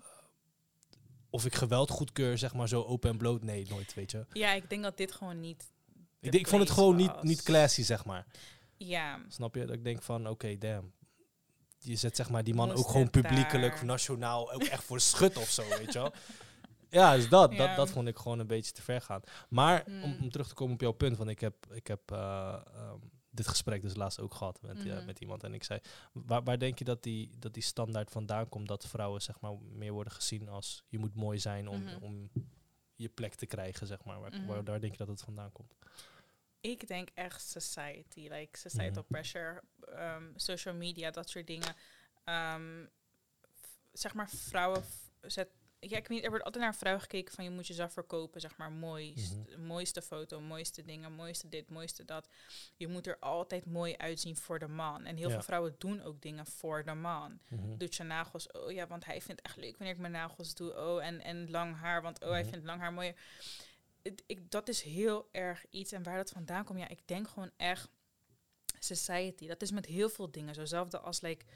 Of ik geweld goedkeur, zeg maar zo open en bloot. Nee, nooit, weet je. Ja, ik denk dat dit gewoon niet... Ik, denk, ik vond het gewoon niet, niet classy, zeg maar. Ja. Snap je? Dat ik denk van, oké, okay, damn. Je zet zeg maar die man Moest ook gewoon publiekelijk, daar. nationaal, ook echt voor schut of zo, weet je wel. Ja, dus dat, ja. dat, dat vond ik gewoon een beetje te ver gaan. Maar mm. om, om terug te komen op jouw punt, want ik heb, ik heb uh, um, dit gesprek dus laatst ook gehad met, mm. ja, met iemand. En ik zei, waar, waar denk je dat die, dat die standaard vandaan komt dat vrouwen zeg maar meer worden gezien als je moet mooi zijn om, mm-hmm. om je plek te krijgen, zeg maar. Waar, mm-hmm. waar, waar denk je dat het vandaan komt? Ik denk echt society, like societal mm-hmm. pressure, um, social media, dat soort dingen. Um, f- zeg maar, vrouwen f- zet. Ja, ik weet niet, er wordt altijd naar een vrouw gekeken van je moet jezelf verkopen, zeg maar, mooist, mm-hmm. mooiste foto, mooiste dingen, mooiste dit, mooiste dat. Je moet er altijd mooi uitzien voor de man. En heel ja. veel vrouwen doen ook dingen voor de man. Mm-hmm. Doet je nagels, oh ja, want hij vindt het echt leuk wanneer ik mijn nagels doe. Oh, en, en lang haar, want oh, mm-hmm. hij vindt lang haar mooier. Ik, ik, dat is heel erg iets. En waar dat vandaan komt, ja, ik denk gewoon echt society. Dat is met heel veel dingen. Zozelfde als like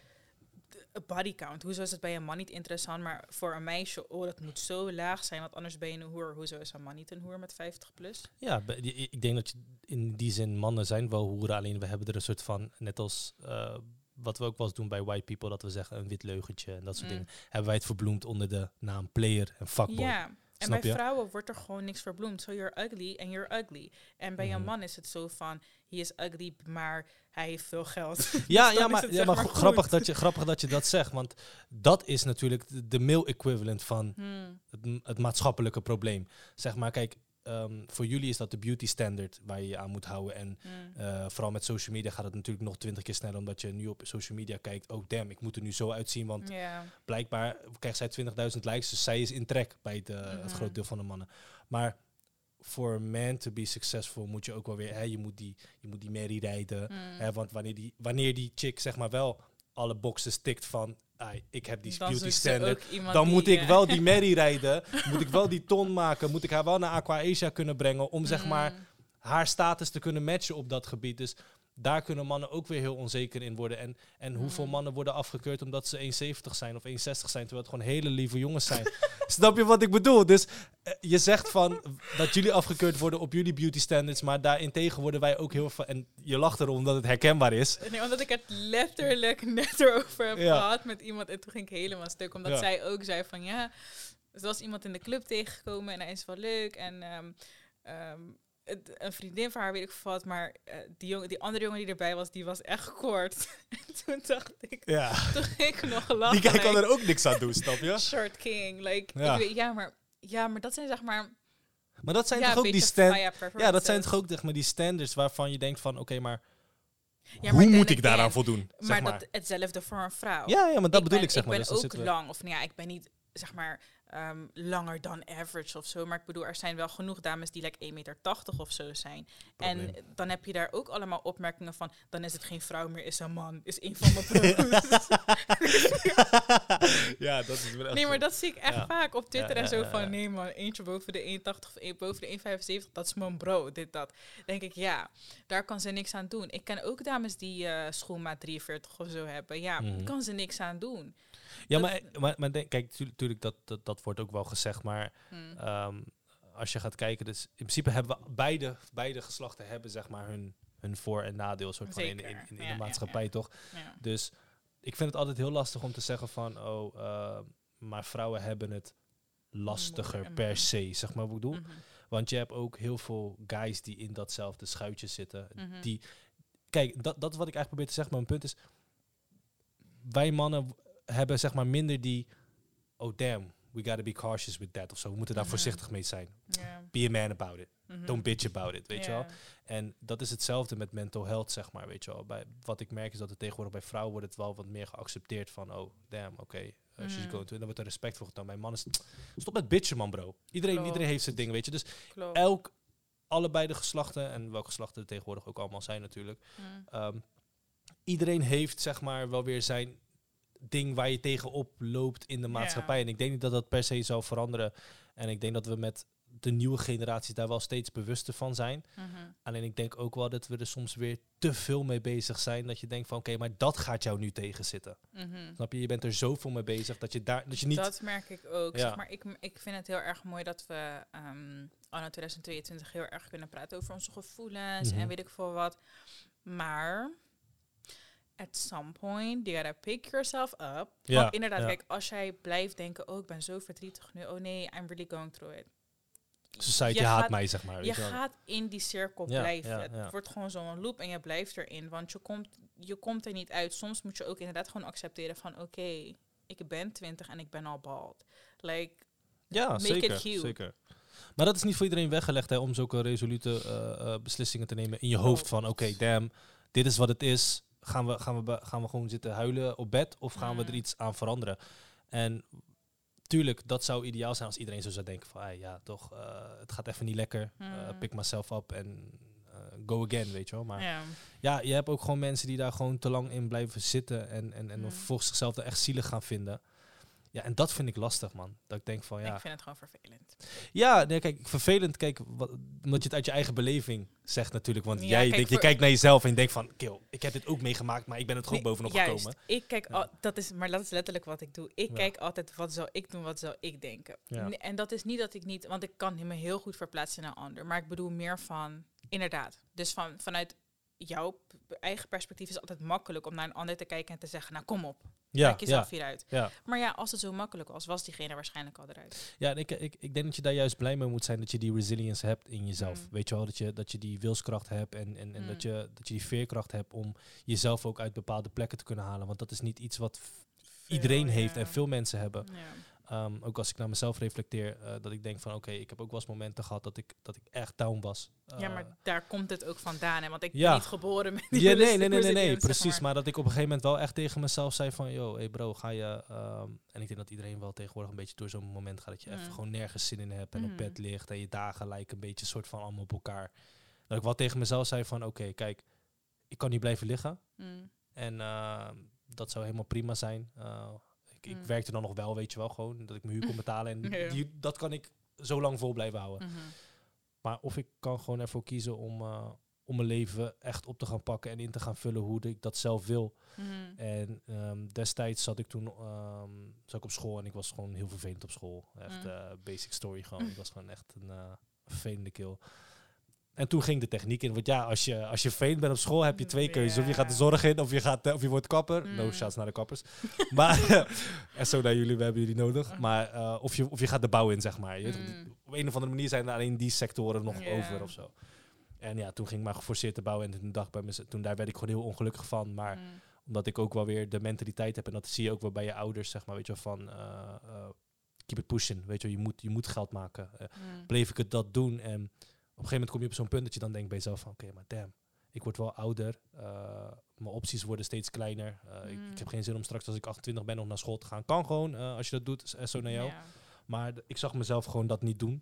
body count. Hoezo is het bij een man niet interessant, maar voor een meisje, oh, dat moet zo laag zijn, want anders ben je een hoer. Hoezo is een man niet een hoer met vijftig plus? Ja, ik denk dat je in die zin mannen zijn wel hoeren, alleen we hebben er een soort van, net als uh, wat we ook wel eens doen bij white people, dat we zeggen een wit leugentje en dat soort mm. dingen, hebben wij het verbloemd onder de naam player en fuckboy. Ja. En Snap bij je? Vrouwen wordt er gewoon niks verbloemd. So you're ugly and you're ugly. En bij mm. een man is het zo van, he is ugly, maar hij heeft veel geld. Ja, dus ja, maar, ja, maar, maar grappig, dat je, grappig dat je dat zegt. Want dat is natuurlijk de, de male equivalent van hmm. het, het maatschappelijke probleem. Zeg maar, kijk, um, voor jullie is dat de beauty standard waar je je aan moet houden. En hmm. uh, vooral met social media gaat het natuurlijk nog twintig keer sneller, omdat je nu op social media kijkt, oh damn, ik moet er nu zo uitzien, want yeah. blijkbaar krijgt zij twintigduizend likes, dus zij is in trek bij de, mm-hmm. het groot deel van de mannen. Maar voor a man to be successful moet je ook wel weer, hè, je moet die, je moet die merrie rijden, mm. hè, want wanneer die, wanneer die chick zeg maar wel alle boxes tikt van, ah, ik heb die dan beauty standard, dan die, moet ik uh, wel die merrie rijden, moet ik wel die ton maken, moet ik haar wel naar Aqua Asia kunnen brengen om mm. zeg maar haar status te kunnen matchen op dat gebied. Dus daar kunnen mannen ook weer heel onzeker in worden. En, en mm. hoeveel mannen worden afgekeurd omdat ze één zeventig zijn of één zestig zijn, terwijl het gewoon hele lieve jongens zijn. Snap je wat ik bedoel? Dus uh, je zegt van dat jullie afgekeurd worden op jullie beauty standards, maar daarentegen worden wij ook heel veel. En je lacht erom omdat het herkenbaar is. Nee, omdat ik het letterlijk net erover heb ja. gehad met iemand en toen ging ik helemaal stuk. Omdat ja. zij ook zei van ja, er was iemand in de club tegengekomen en hij is wel leuk en um, um, een vriendin van haar, weet ik wat, maar uh, die, jongen, die andere jongen die erbij was, die was echt kort. En toen dacht ik, ja. toen ging ik nog lachen. Die guy kan er ook niks aan doen, snap je? Short king, like, ja. Ik weet, ja, maar, ja, maar dat zijn zeg maar... Maar dat zijn ja, toch ook die standards... Ja, dat zijn toch ook zeg maar, die standards waarvan je denkt van, oké, okay, maar... Ja, maar hoe moet ik daaraan voldoen? Maar, zeg maar dat hetzelfde voor een vrouw. Ja, ja maar dat ik bedoel ben, ik, zeg maar. Ik ben dus ook lang, of nou ja, ik ben niet, zeg maar... um, langer dan average of zo. Maar ik bedoel, er zijn wel genoeg dames die like één meter tachtig of zo zijn. Probleem. En dan heb je daar ook allemaal opmerkingen van, dan is het geen vrouw meer, is een man, is een van mijn broers. Ja, dat is wel echt Nee, maar zo. dat zie ik echt Ja. vaak op Twitter Ja, en zo ja, ja, van, ja. nee man, eentje boven de één tachtig of een, boven de één vijfenzeventig, dat is mijn bro, dit, dat. Denk ik, ja, daar kan ze niks aan doen. Ik ken ook dames die uh, schoenmaat drieënveertig of zo hebben. Ja, Mhm. daar kan ze niks aan doen. Ja, dat- maar, maar, maar denk, kijk, natuurlijk, dat, dat, dat wordt ook wel gezegd, maar Hmm. Ehm, als je gaat kijken, dus in principe hebben we beide, beide geslachten hebben zeg maar hun, hun voor- en nadeel soort van in, in, Zeker. in, in Ja, de ja, maatschappij, ja. toch? Ja. Dus ik vind het altijd heel lastig om te zeggen van, oh, uh, maar vrouwen hebben het lastiger Moeilijk, per mhm. se, zeg maar wat ik bedoel. Mhm. Want je hebt ook heel veel guys die in datzelfde schuitje zitten. Mhm. Die, kijk, dat, dat is wat ik eigenlijk probeer te zeggen, maar mijn punt is, wij mannen w- hebben zeg maar minder die, oh damn, we gotta be cautious with that of zo. We moeten daar Mhm. voorzichtig mee zijn. Ja. Be a man about it. Mhm. Don't bitch about it, weet je Ja. wel. En dat is hetzelfde met mental health, zeg maar, weet je wel. Bij, wat ik merk is dat het tegenwoordig bij vrouwen wordt het wel wat meer geaccepteerd van, oh, damn, oké, okay, uh, she's Mm. going to. En dan wordt er respect voor getoond. Bij mannen is stop met bitchen, man, bro. Iedereen, Klopt. iedereen heeft zijn ding, weet je. Dus Klopt. elk, allebei de geslachten, en welke geslachten er tegenwoordig ook allemaal zijn natuurlijk. Mm. Um, iedereen heeft, zeg maar, wel weer zijn ding waar je tegenop loopt in de maatschappij. Ja. En ik denk niet dat dat per se zou veranderen. En ik denk dat we met de nieuwe generaties daar wel steeds bewuster van zijn. Mhm. Alleen ik denk ook wel dat we er soms weer te veel mee bezig zijn. Dat je denkt van, oké, maar dat gaat jou nu tegenzitten. Mhm. Snap je? Je bent er zoveel mee bezig dat je daar, dat je niet... Dat merk ik ook. Ja. Zeg maar, ik, ik vind het heel erg mooi dat we um, anno twintig tweeëntwintig heel erg kunnen praten over onze gevoelens Mhm. en weet ik veel wat. Maar at some point, you gotta pick yourself up. Ja, Want inderdaad, ja. kijk, als jij blijft denken, oh, ik ben zo verdrietig nu. Oh nee, I'm really going through it. Society Je haat gaat- mij, zeg maar. Je weet je wel. gaat in die cirkel Ja, blijven. ja, Het ja. wordt gewoon zo'n loop en je blijft erin. Want je komt, je komt er niet uit. Soms moet je ook inderdaad gewoon accepteren van... Oké, okay, ik ben twintig en ik ben al bald. Like, Ja, Make zeker, it cute. zeker. Maar dat is niet voor iedereen weggelegd, hè, om zulke resolute uh, uh, beslissingen te nemen in je hoofd. Van, oké, okay, damn, dit is wat het is. Gaan we, gaan, we, be- gaan we gewoon zitten huilen op bed of gaan we er Mm. iets aan veranderen? En tuurlijk, dat zou ideaal zijn als iedereen zo zou denken van, hey, ja, toch, uh, het gaat even niet lekker. Uh, Mm. pick myself up en uh, go again, weet je wel. Maar ja. ja, je hebt ook gewoon mensen die daar gewoon te lang in blijven zitten en, en, en Mm. volgens zichzelf dan echt zielig gaan vinden. Ja, en dat vind ik lastig, man. Dat ik denk van, ja... Ik vind het gewoon vervelend. Ja, nee, kijk, vervelend, kijk, wat, omdat je het uit je eigen beleving zegt natuurlijk. Want Ja, jij kijk, denkt, je voor- kijkt naar jezelf en je denkt van, kill, ik heb dit ook meegemaakt, maar ik ben het gewoon Nee, bovenop juist. gekomen. Ik kijk Ja. al, dat is, maar dat is letterlijk wat ik doe. Ik Ja. kijk altijd, wat zou ik doen, wat zou ik denken. Ja. N- En dat is niet dat ik niet, want ik kan me heel goed verplaatsen naar een ander. Maar ik bedoel meer van, inderdaad. Dus van, vanuit jouw p- eigen perspectief is het altijd makkelijk om naar een ander te kijken en te zeggen, nou kom op, Ja, kijk jezelf ja, hieruit. ja. Maar ja, als het zo makkelijk was, was diegene waarschijnlijk al eruit. Ja, en ik, ik, ik denk dat je daar juist blij mee moet zijn dat je die resilience hebt in jezelf. Mm. Weet je wel, dat je, dat je die wilskracht hebt en, en, en Mm. dat, je, dat je die veerkracht hebt om jezelf ook uit bepaalde plekken te kunnen halen. Want dat is niet iets wat f- iedereen Veel, heeft ja. en veel mensen hebben. Ja. Um, ook als ik naar mezelf reflecteer, uh, dat ik denk van oké, okay, ik heb ook wel eens momenten gehad dat ik, dat ik echt down was. Uh, ja, maar daar komt het ook vandaan. Hè? Want ik ja. ben niet geboren met die ja, nee, nee, resilience, nee, nee, nee, zeg precies. maar. Maar dat ik op een gegeven moment wel echt tegen mezelf zei van, yo, hey bro, ga je... Um, en ik denk dat iedereen wel tegenwoordig een beetje door zo'n moment gaat dat je Mm. even gewoon nergens zin in hebt en Mm. op bed ligt en je dagen lijken een beetje soort van allemaal op elkaar. Dat ik wel tegen mezelf zei van, oké, okay, kijk, ik kan niet blijven liggen Mm. en uh, dat zou helemaal prima zijn. Uh, ik, ik Mm. werkte dan nog wel, weet je wel, gewoon dat ik mijn huur kon betalen en Ja. die, dat kan ik zo lang vol blijven houden. Mhm. Maar of ik kan gewoon ervoor kiezen om, uh, om mijn leven echt op te gaan pakken en in te gaan vullen hoe ik dat zelf wil. Mhm. En um, destijds zat ik toen um, zat ik op school en ik was gewoon heel vervelend op school. Echt Mm. uh, basic story gewoon. Ik was gewoon echt een uh, vervelende kill. En toen ging de techniek in. Want ja, als je, als je vervelend bent op school heb je twee keuzes. Of je gaat de zorg in of je, gaat, uh, of je wordt kapper. Mm. No shots naar de kappers. maar, en zo naar jullie, we hebben jullie nodig. Maar uh, of, je, of je gaat de bouw in, zeg maar. Je weet, Mm. op een of andere manier zijn er alleen die sectoren nog Ja. over of zo. En ja, toen ging ik maar geforceerd te bouwen. En toen, dacht ik bij mezelf, toen daar werd ik gewoon heel ongelukkig van. Maar Mm. omdat ik ook wel weer de mentaliteit heb. En dat zie je ook wel bij je ouders, zeg maar. Weet je wel, van uh, uh, keep it pushing. Weet je wel, je moet, je moet geld maken. Uh, Mm. bleef ik het dat doen. En op een gegeven moment kom je op zo'n punt dat je dan denkt bij jezelf van... Oké, okay, maar damn, ik word wel ouder. Uh, mijn opties worden steeds kleiner. Uh, Mm. ik, ik heb geen zin om straks als ik achtentwintig ben nog naar school te gaan. Kan gewoon, uh, als je dat doet, is zo naar jou. Ja. Maar d- ik zag mezelf gewoon dat niet doen.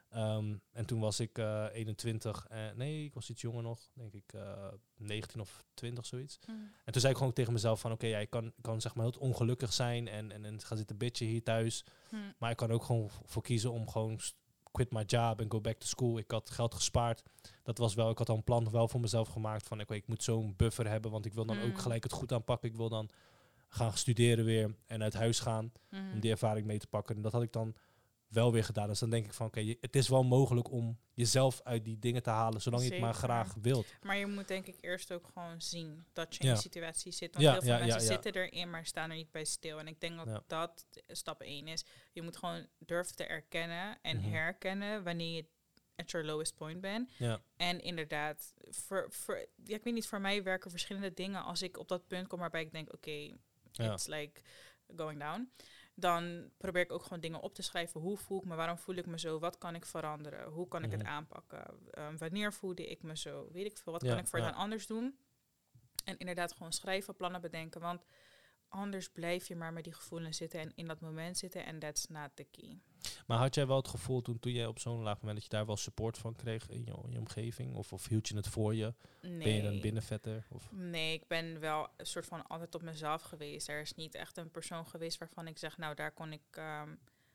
Um, en toen was ik uh, eenentwintig. Uh, nee, ik was iets jonger nog. Denk ik uh, negentien of twintig, zoiets. Mm. En toen zei ik gewoon tegen mezelf van... Oké, okay, ja, ik kan, kan zeg maar heel ongelukkig zijn... en, en, en gaan zitten bitchen hier thuis. Mm. Maar ik kan ook gewoon voor kiezen om gewoon... St- quit my job en go back to school. Ik had geld gespaard. Dat was wel... Ik had al een plan wel voor mezelf gemaakt... van okay, ik moet zo'n buffer hebben... want ik wil dan mm. ook gelijk het goed aanpakken. Ik wil dan gaan studeren weer... en uit huis gaan... Mm. om die ervaring mee te pakken. En dat had ik dan... wel weer gedaan. Dus dan denk ik van, oké, okay, het is wel mogelijk om jezelf uit die dingen te halen, zolang Zeker. je het maar graag wilt. Maar je moet denk ik eerst ook gewoon zien dat je in ja. die situatie zit. Want ja, heel veel ja, mensen ja, ja. zitten erin, maar staan er niet bij stil. En ik denk dat ja. dat stap één is. Je moet gewoon durven te erkennen en mm-hmm. herkennen wanneer je at your lowest point bent. Ja. En inderdaad, voor, voor, ja, ik weet niet, voor mij werken verschillende dingen als ik op dat punt kom waarbij ik denk, oké, okay, ja. it's like going down. Dan probeer ik ook gewoon dingen op te schrijven. Hoe voel ik me? Waarom voel ik me zo? Wat kan ik veranderen? Hoe kan ik mm-hmm. het aanpakken? Um, wanneer voelde ik me zo? Weet ik veel. Wat ja, kan ik voor ja. dan anders doen? En inderdaad gewoon schrijven, plannen bedenken. Want anders blijf je maar met die gevoelens zitten en in dat moment zitten. En that's not the key. Maar had jij wel het gevoel toen, toen jij op zo'n laag moment... dat je daar wel support van kreeg in je, in je omgeving? Of, of hield je het voor je? Nee. Ben je een binnenvetter? Of? Nee, ik ben wel een soort van altijd op mezelf geweest. Er is niet echt een persoon geweest waarvan ik zeg... nou, daar kon ik um,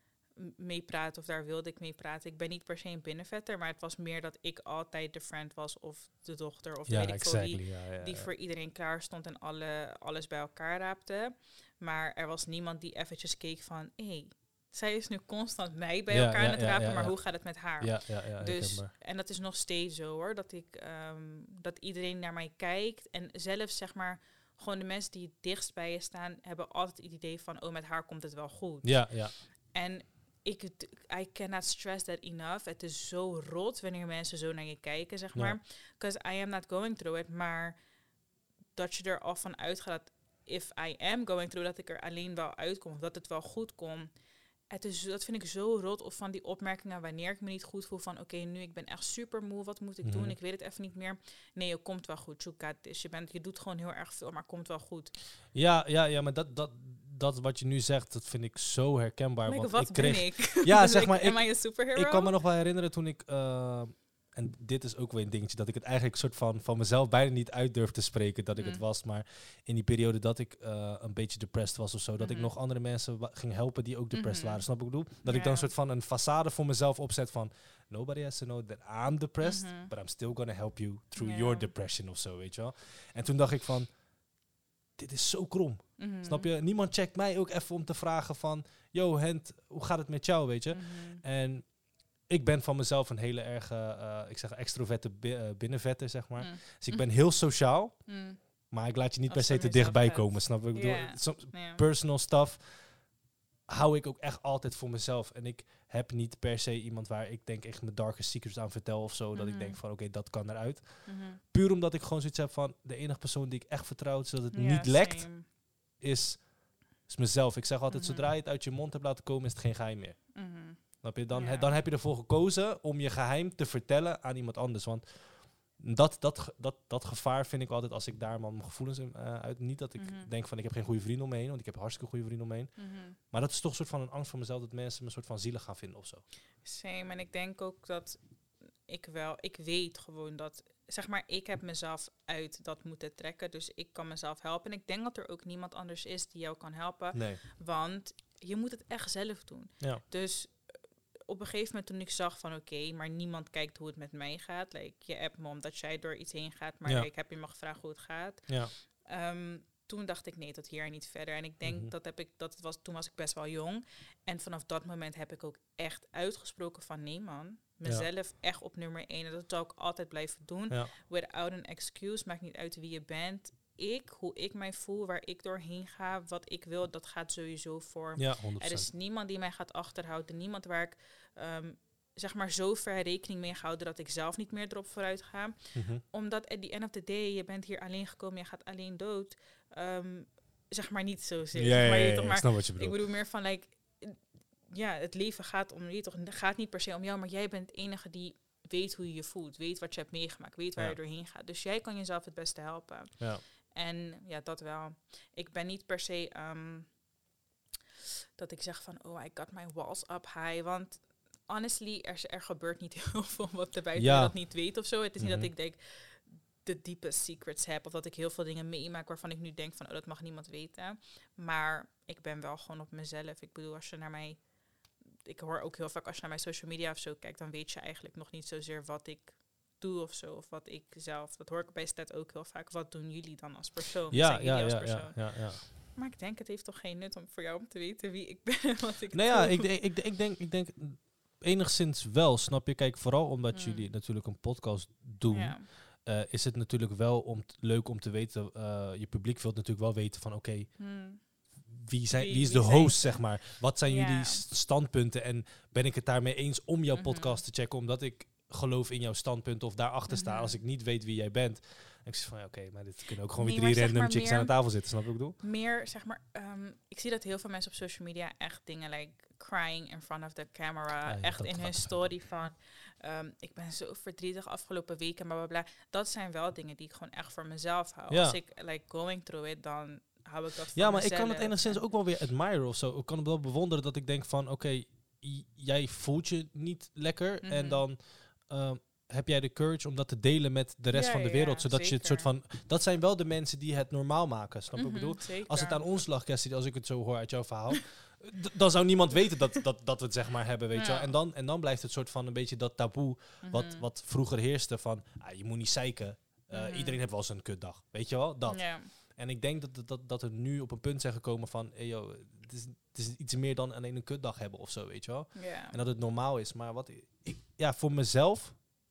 mee praten of daar wilde ik mee praten. Ik ben niet per se een binnenvetter... maar het was meer dat ik altijd de friend was... of de dochter of ja, weet ik exactly. veel wie... Ja, ja, die ja. voor iedereen klaar stond en alle, alles bij elkaar raapte. Maar er was niemand die eventjes keek van... Hey, zij is nu constant mij bij ja, elkaar ja, aan het rapen, ja, ja, ja. maar hoe gaat het met haar? Ja, ja, ja, dus, en dat is nog steeds zo hoor, dat ik um, dat iedereen naar mij kijkt. En zelfs zeg maar, gewoon de mensen die het dichtst bij je staan, hebben altijd het idee van, oh, met haar komt het wel goed. Ja, ja. En ik, I cannot stress that enough. Het is zo rot wanneer mensen zo naar je kijken, zeg maar. Because I am not going through it, maar dat je er al van uitgaat dat if I am going through, dat ik er alleen wel uitkom, of dat het wel goed komt. Het is, dat vind ik zo rot. Of van die opmerkingen wanneer ik me niet goed voel. Van oké, okay, nu ik ben echt super moe. Wat moet ik mm-hmm. doen? Ik weet het even niet meer. Nee, het komt wel goed. You got this. Je, bent, je doet gewoon heel erg veel, maar het komt wel goed. Ja, ja, ja, maar dat, dat, dat wat je nu zegt, dat vind ik zo herkenbaar. Like, want wat ik kreeg, ben ik? Ja, zeg maar. Like, ik, am I a superhero? Ik kan me nog wel herinneren toen ik... Uh, en dit is ook weer een dingetje, dat ik het eigenlijk soort van van mezelf bijna niet uit durf te spreken dat ik mm. het was. Maar in die periode dat ik uh, een beetje depressed was of zo, dat mm-hmm. ik nog andere mensen wa- ging helpen die ook depressed mm-hmm. waren. Snap ik bedoel? Dat yeah. ik dan een soort van een façade voor mezelf opzet van nobody has to know that I'm depressed, mm-hmm. but I'm still gonna help you through yeah. your depression of zo, weet je wel. En toen dacht ik van, dit is zo krom. Mm-hmm. Snap je? Niemand checkt mij ook even om te vragen van, yo Hent, hoe gaat het met jou, weet je? Mm-hmm. En ik ben van mezelf een hele erge, uh, ik zeg extroverte bi- uh, binnenvetter, zeg maar. Mm. Dus ik ben heel sociaal, mm. maar ik laat je niet Als per se te dichtbij vet. komen, snap je? Ik bedoel, yeah. som, yeah. personal stuff hou ik ook echt altijd voor mezelf. En ik heb niet per se iemand waar ik denk echt mijn darkest secrets aan vertel of zo. Mm-hmm. Dat ik denk van, oké, okay, dat kan eruit. Mm-hmm. Puur omdat ik gewoon zoiets heb van, de enige persoon die ik echt vertrouw, zodat het yeah, niet lekt, same. is, is mezelf. Ik zeg altijd, mm-hmm. zodra je het uit je mond hebt laten komen, is het geen geheim meer. Mm-hmm. Je? Dan, ja. he, dan heb je ervoor gekozen om je geheim te vertellen aan iemand anders. Want dat, dat, dat, dat gevaar vind ik altijd als ik daar mijn gevoelens in, uh, uit... Niet dat ik mm-hmm. denk van ik heb geen goede vrienden om me heen, want ik heb hartstikke goede vrienden om me heen. Mm-hmm. Maar dat is toch een soort van een angst van mezelf dat mensen me een soort van zielig gaan vinden of zo. Same, en ik denk ook dat ik wel... Ik weet gewoon dat... Zeg maar, ik heb mezelf uit dat moeten trekken, dus ik kan mezelf helpen. En ik denk dat er ook niemand anders is die jou kan helpen. Nee. Want je moet het echt zelf doen. Ja. Dus op een gegeven moment toen ik zag van oké, okay, maar niemand kijkt hoe het met mij gaat. Like, je appt me omdat jij door iets heen gaat, maar ja. ik heb je me gevraagd hoe het gaat. Ja. Um, toen dacht ik nee, tot hier en niet verder. En ik denk mm-hmm. dat heb ik, dat het was, toen was ik best wel jong. En vanaf dat moment heb ik ook echt uitgesproken van nee man, mezelf ja. echt op nummer één. En dat zou ik altijd blijven doen. Ja. Without an excuse, maakt niet uit wie je bent. Ik, hoe ik mij voel, waar ik doorheen ga, wat ik wil, dat gaat sowieso voor. Ja, honderd procent. Er is niemand die mij gaat achterhouden. Niemand waar ik um, zeg maar zo ver rekening mee houden dat ik zelf niet meer erop vooruit ga. Mm-hmm. Omdat at the end of the day, je bent hier alleen gekomen, je gaat alleen dood. Um, zeg maar niet zo zin. Ja, ja, maar ja, je ja, toch ja, maar, ik snap wat je bedoelt. Ik bedoel meer van, like, ja, het leven gaat om je toch. Het gaat niet per se om jou, maar jij bent de enige die weet hoe je je voelt, weet wat je hebt meegemaakt, weet waar ja. je doorheen gaat. Dus jij kan jezelf het beste helpen. Ja. En ja, dat wel. Ik ben niet per se... Um, dat ik zeg van, oh, I got my walls up high. Want honestly, er, er gebeurt niet heel veel wat de buitenwereld Ja. dat niet weet of zo. Het is Mhm. niet dat ik denk de diepe secrets heb of dat ik heel veel dingen meemaak waarvan ik nu denk van, oh, dat mag niemand weten. Maar ik ben wel gewoon op mezelf. Ik bedoel, als je naar mij, ik hoor ook heel vaak als je naar mijn social media of zo kijkt, dan weet je eigenlijk nog niet zozeer wat ik doe of zo, of wat ik zelf. Dat hoor ik bij Stat ook heel vaak. Wat doen jullie dan als persoon? Ja, Zijn jullie ja, als ja, persoon? ja, ja, ja. Maar ik denk, het heeft toch geen nut om voor jou om te weten wie ik ben en wat ik Nou doe. ja, ik, denk- ik, denk- ik, denk, ik denk enigszins wel, snap je? Kijk, vooral omdat Mm. jullie natuurlijk een podcast doen, Ja. eh, is het natuurlijk wel om t- leuk om te weten, eh, je publiek wil natuurlijk wel weten van, oké, Hmm. wie, zijn, Wie- wie is wie de zijn host, ze? zeg maar? Wat zijn Ja. jullie s- standpunten en ben ik het daarmee eens om jouw Mhm. podcast te checken, omdat ik geloof in jouw standpunten of daarachter sta, Mhm. als ik niet weet wie jij bent. En ik zeg van, ja, oké, maar dit kunnen ook gewoon Nee, weer drie maar zeg random maar chicks meer- aan de tafel zitten, snap je wat ik bedoel? Meer, zeg maar, ehm, ik zie dat heel veel mensen op social media echt dingen like crying in front of the camera, Ah, ja, echt dat in gaat hun echt story van, ehm, ik ben zo verdrietig afgelopen weken, bla bla bla. Dat zijn wel dingen die ik gewoon echt voor mezelf hou. Ja. Als ik like going through it, dan hou ik dat voor Ja, maar ik kan het mezelf. enigszins En- ook wel weer admiren of zo. Ik kan het wel bewonderen dat ik denk van, oké, j- jij voelt je niet lekker en Mhm. dan ehm, heb jij de courage om dat te delen met de rest Ja, van de ja, wereld, zodat je het soort zeker. van, dat zijn wel de mensen die het normaal maken, snap je wat ik Mhm, bedoel? zeker. Als het aan ons lag, Cassie, als ik het zo hoor uit jouw verhaal, d- dan zou niemand weten dat, dat, dat we het zeg maar hebben, weet je Ja. wel. En dan, en dan blijft het soort van een beetje dat taboe wat, Mhm. wat vroeger heerste van, ah, je moet niet zeiken. Eh, Mhm. Iedereen heeft wel eens een kutdag, weet je wel? Dat. Ja. En ik denk dat, dat, dat we nu op een punt zijn gekomen van, hey, yo, het, is, het is iets meer dan alleen een kutdag hebben of zo, weet je wel. Ja. En dat het normaal is. Maar wat ik, ja, voor mezelf,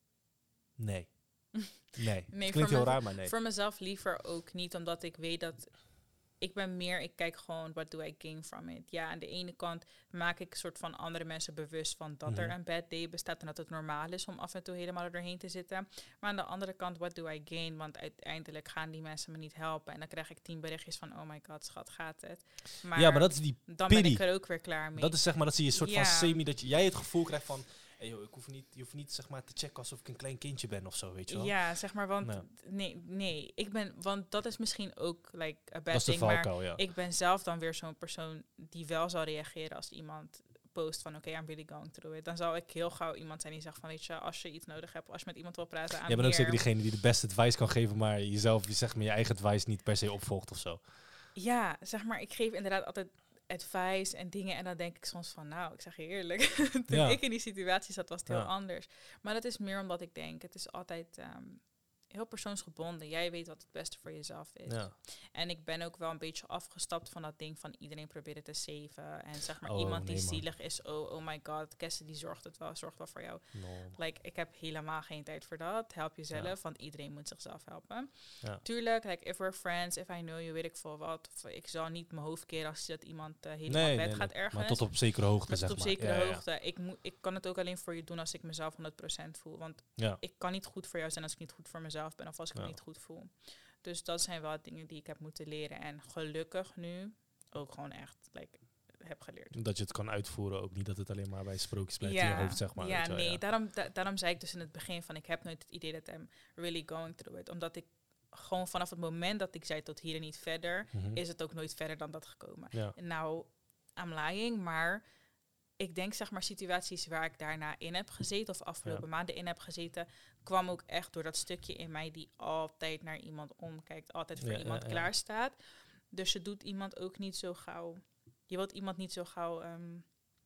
nee. Nee. Het klinkt voor heel me- raar, maar nee. Voor mezelf liever ook niet, omdat ik weet dat ik ben meer, ik kijk gewoon, what do I gain from it? Ja, aan de ene kant maak ik een soort van andere mensen bewust van dat er Mhm. een bad day bestaat en dat het normaal is om af en toe helemaal er doorheen te zitten. Maar aan de andere kant, what do I gain? Want uiteindelijk gaan die mensen me niet helpen en dan krijg ik tien berichtjes van, oh my god, schat, gaat het? Maar, ja, maar dat is die, dan ben pity. ik er ook weer klaar mee. dat is zeg maar, dat zie je een soort Ja. van semi, dat je, jij het gevoel krijgt van, hey, yo, ik hoef niet, je hoeft niet zeg maar te checken alsof ik een klein kindje ben of zo, weet je wel. Ja, zeg maar, want Ja. nee, nee, ik ben, want dat is misschien ook like a bad dat is de thing, maar valkuil, ja. ik ben zelf dan weer zo'n persoon die wel zal reageren als iemand post van oké, I'm really going through it. Dan zal ik heel gauw iemand zijn die zegt van weet je, als je iets nodig hebt, als je met iemand wil praten, aan Jij bent ook zeker diegene die de beste advice kan geven, maar jezelf, je zegt maar je eigen advice niet per se opvolgt of zo. Ja, zeg maar, ik geef inderdaad altijd advice en dingen en dan denk ik soms van nou, ik zeg je eerlijk, toen Ja. ik in die situatie zat was het heel Ja. anders. Maar dat is meer omdat ik denk, het is altijd ehm, heel persoonsgebonden. Jij weet wat het beste voor jezelf is. Ja. En ik ben ook wel een beetje afgestapt van dat ding van iedereen proberen te saven. En zeg maar Oh, iemand nee, die man. zielig is, oh, oh my god, Cassie die zorgt het wel, zorgt wel voor jou. No. Like, ik heb helemaal geen tijd voor dat. Help jezelf, Ja. want iedereen moet zichzelf helpen. Ja. Tuurlijk, like, if we're friends, if I know you, weet ik veel wat. Of ik zal niet mijn hoofd keren als dat iemand uh, helemaal Nee, bed nee, gaat nee. ergens. Maar tot op zekere hoogte, Maar zeg tot op maar. zekere Ja, ja, ja. hoogte. Ik, moet, ik kan het ook alleen voor je doen als ik mezelf honderd procent voel. Want Ja. ik kan niet goed voor jou zijn als ik niet goed voor mezelf ben of als ik Ja. me niet goed voel. Dus dat zijn wel dingen die ik heb moeten leren. En gelukkig nu ook gewoon echt like, heb geleerd. Dat je het kan uitvoeren, ook niet dat het alleen maar bij sprookjes blijft in je hoofd, zeg maar. ja, weet je wel, nee, ja. Daarom, da- daarom zei ik dus in het begin van ik heb nooit het idee dat I'm really going through it. Omdat ik gewoon vanaf het moment dat ik zei tot hier en niet verder, Mhm. is het ook nooit verder dan dat gekomen. Ja. Nou, I'm lying, maar ik denk zeg maar situaties waar ik daarna in heb gezeten of afgelopen Ja. maanden in heb gezeten, kwam ook echt door dat stukje in mij die altijd naar iemand omkijkt, altijd voor Ja, iemand ja, ja. klaar staat. Dus je doet iemand ook niet zo gauw. Je wilt iemand niet zo gauw ehm,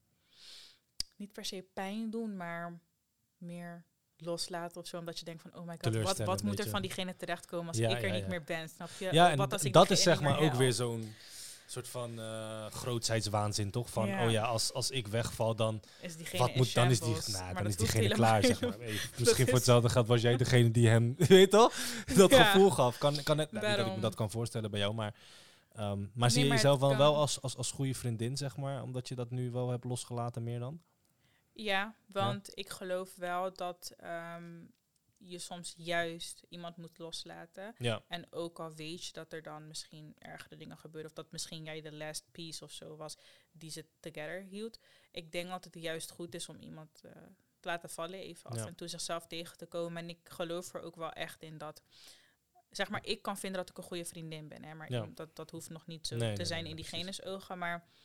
niet per se pijn doen, maar meer loslaten of zo, omdat je denkt van oh my god, wat, Teleurstellen wat een moet er beetje. van diegene terechtkomen als Ja, ik er ja, niet ja. meer ben, snap je? Ja, Oh, en wat als d- ik dat is diegene zeg niet maar meer ook weer help? zo'n soort van uh, grootsheidswaanzin, toch? Van, Ja. oh ja, als, als ik wegval, dan, Is diegene wat in moet, dan is, die, shambles. nou, Maar dan dat is hoeft diegene helemaal klaar, zeg helemaal- maar. Hey, Dat misschien is- voor hetzelfde gaat was jij degene die hem, weet je toch? Dat Ja. gevoel gaf. Kan, kan het, nou, niet dat ik me Daarom. dat kan voorstellen bij jou, maar... ehm, maar zie je maar jezelf het dan kan. wel als, als, als goede vriendin, zeg maar? Omdat je dat nu wel hebt losgelaten meer dan? Ja, want ik geloof wel dat ehm, je soms juist iemand moet loslaten. Ja. En ook al weet je dat er dan misschien ergere dingen gebeuren, of dat misschien jij de last piece of zo was die ze together hield. Ik denk dat het juist goed is om iemand uh, te laten vallen, even af Ja. en toe zichzelf tegen te komen. En ik geloof er ook wel echt in dat, zeg maar, ik kan vinden dat ik een goede vriendin ben, hè, maar Ja. dat, dat hoeft nog niet zo Nee, te nee, zijn nee, in nee, diegene's ogen, maar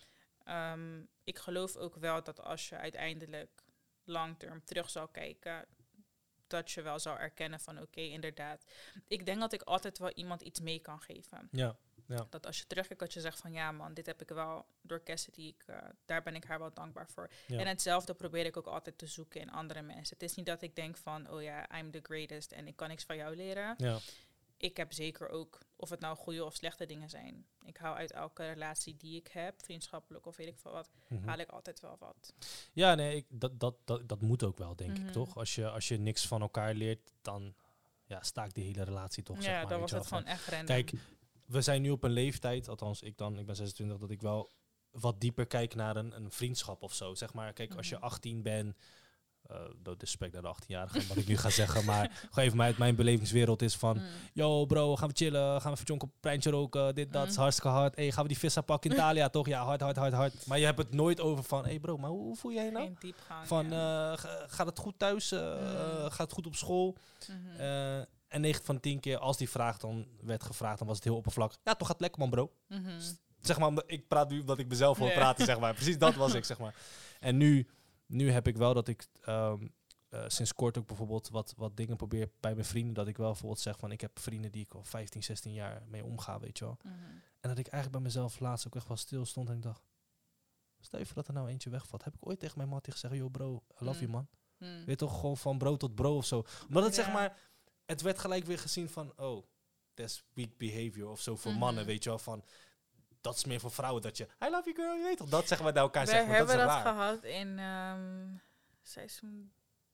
Um, ik geloof ook wel dat als je uiteindelijk long-term terug zou kijken, dat je wel zou erkennen van oké, okay, inderdaad. Ik denk dat ik altijd wel iemand iets mee kan geven. Ja, ja. Dat als je terugkijkt, dat je zegt van ja man, dit heb ik wel door Cassidy, ik, uh, daar ben ik haar wel dankbaar voor. Ja. En hetzelfde probeer ik ook altijd te zoeken in andere mensen. Het is niet dat ik denk van oh ja, I'm the greatest en ik kan niks van jou leren. Ja. Ik heb zeker ook, of het nou goede of slechte dingen zijn. Ik hou uit elke relatie die ik heb, vriendschappelijk of weet ik veel wat, mm-hmm. haal ik altijd wel wat. Ja, nee, ik, dat, dat, dat, dat moet ook wel, denk mm-hmm. ik, toch? Als je, als je niks van elkaar leert, dan ja, staakt die hele relatie toch, ja, zeg maar. dan was het van, gewoon echt random. Kijk, we zijn nu op een leeftijd, althans ik dan, ik ben zesentwintig, dat ik wel wat dieper kijk naar een, een vriendschap of zo. Zeg maar, kijk, mm-hmm. als je achttien bent, uh, no disrespect naar de achttienjarigen, wat ik nu ga zeggen, maar gewoon even uit mijn belevingswereld is van, mm. yo bro, gaan we chillen, gaan we even jonk op een pleintje roken, dit, dat, mm. is hartstikke hard. Hey, gaan we die vissa pakken in Italia, toch? Ja, hard, hard, hard, hard. Maar je hebt het nooit over van, hey bro, maar hoe, hoe voel jij je nou? Geen diepgang, van, ja. uh, ga, gaat het goed thuis? Uh, mm. Gaat het goed op school? Mm-hmm. Uh, en negen van tien keer, als die vraag dan werd gevraagd, dan was het heel oppervlakkig. Ja, toch gaat het lekker, man, bro. Mm-hmm. Zeg maar, ik praat nu omdat ik mezelf wil yeah. praten, zeg maar. Precies dat was ik, zeg maar. En nu, nu heb ik wel dat ik um, uh, sinds kort ook bijvoorbeeld wat, wat dingen probeer bij mijn vrienden. Dat ik wel bijvoorbeeld zeg van, ik heb vrienden die ik al vijftien, zestien jaar mee omga, weet je wel. Mm-hmm. En dat ik eigenlijk bij mezelf laatst ook echt wel stil stond en ik dacht, stel je voor dat er nou eentje wegvalt. Heb ik ooit tegen mijn mattie gezegd, yo bro, I love mm. you, man. Mm. Weet je toch, gewoon van bro tot bro of zo. Omdat het ja. zeg maar, het werd gelijk weer gezien van, oh, that's weak behavior of zo voor mm-hmm. mannen, weet je wel, van, dat is meer voor vrouwen dat je, I love you girl, je weet toch, dat zeggen we naar elkaar. We zeggen, hebben dat, is dat raar. gehad in um, seizoen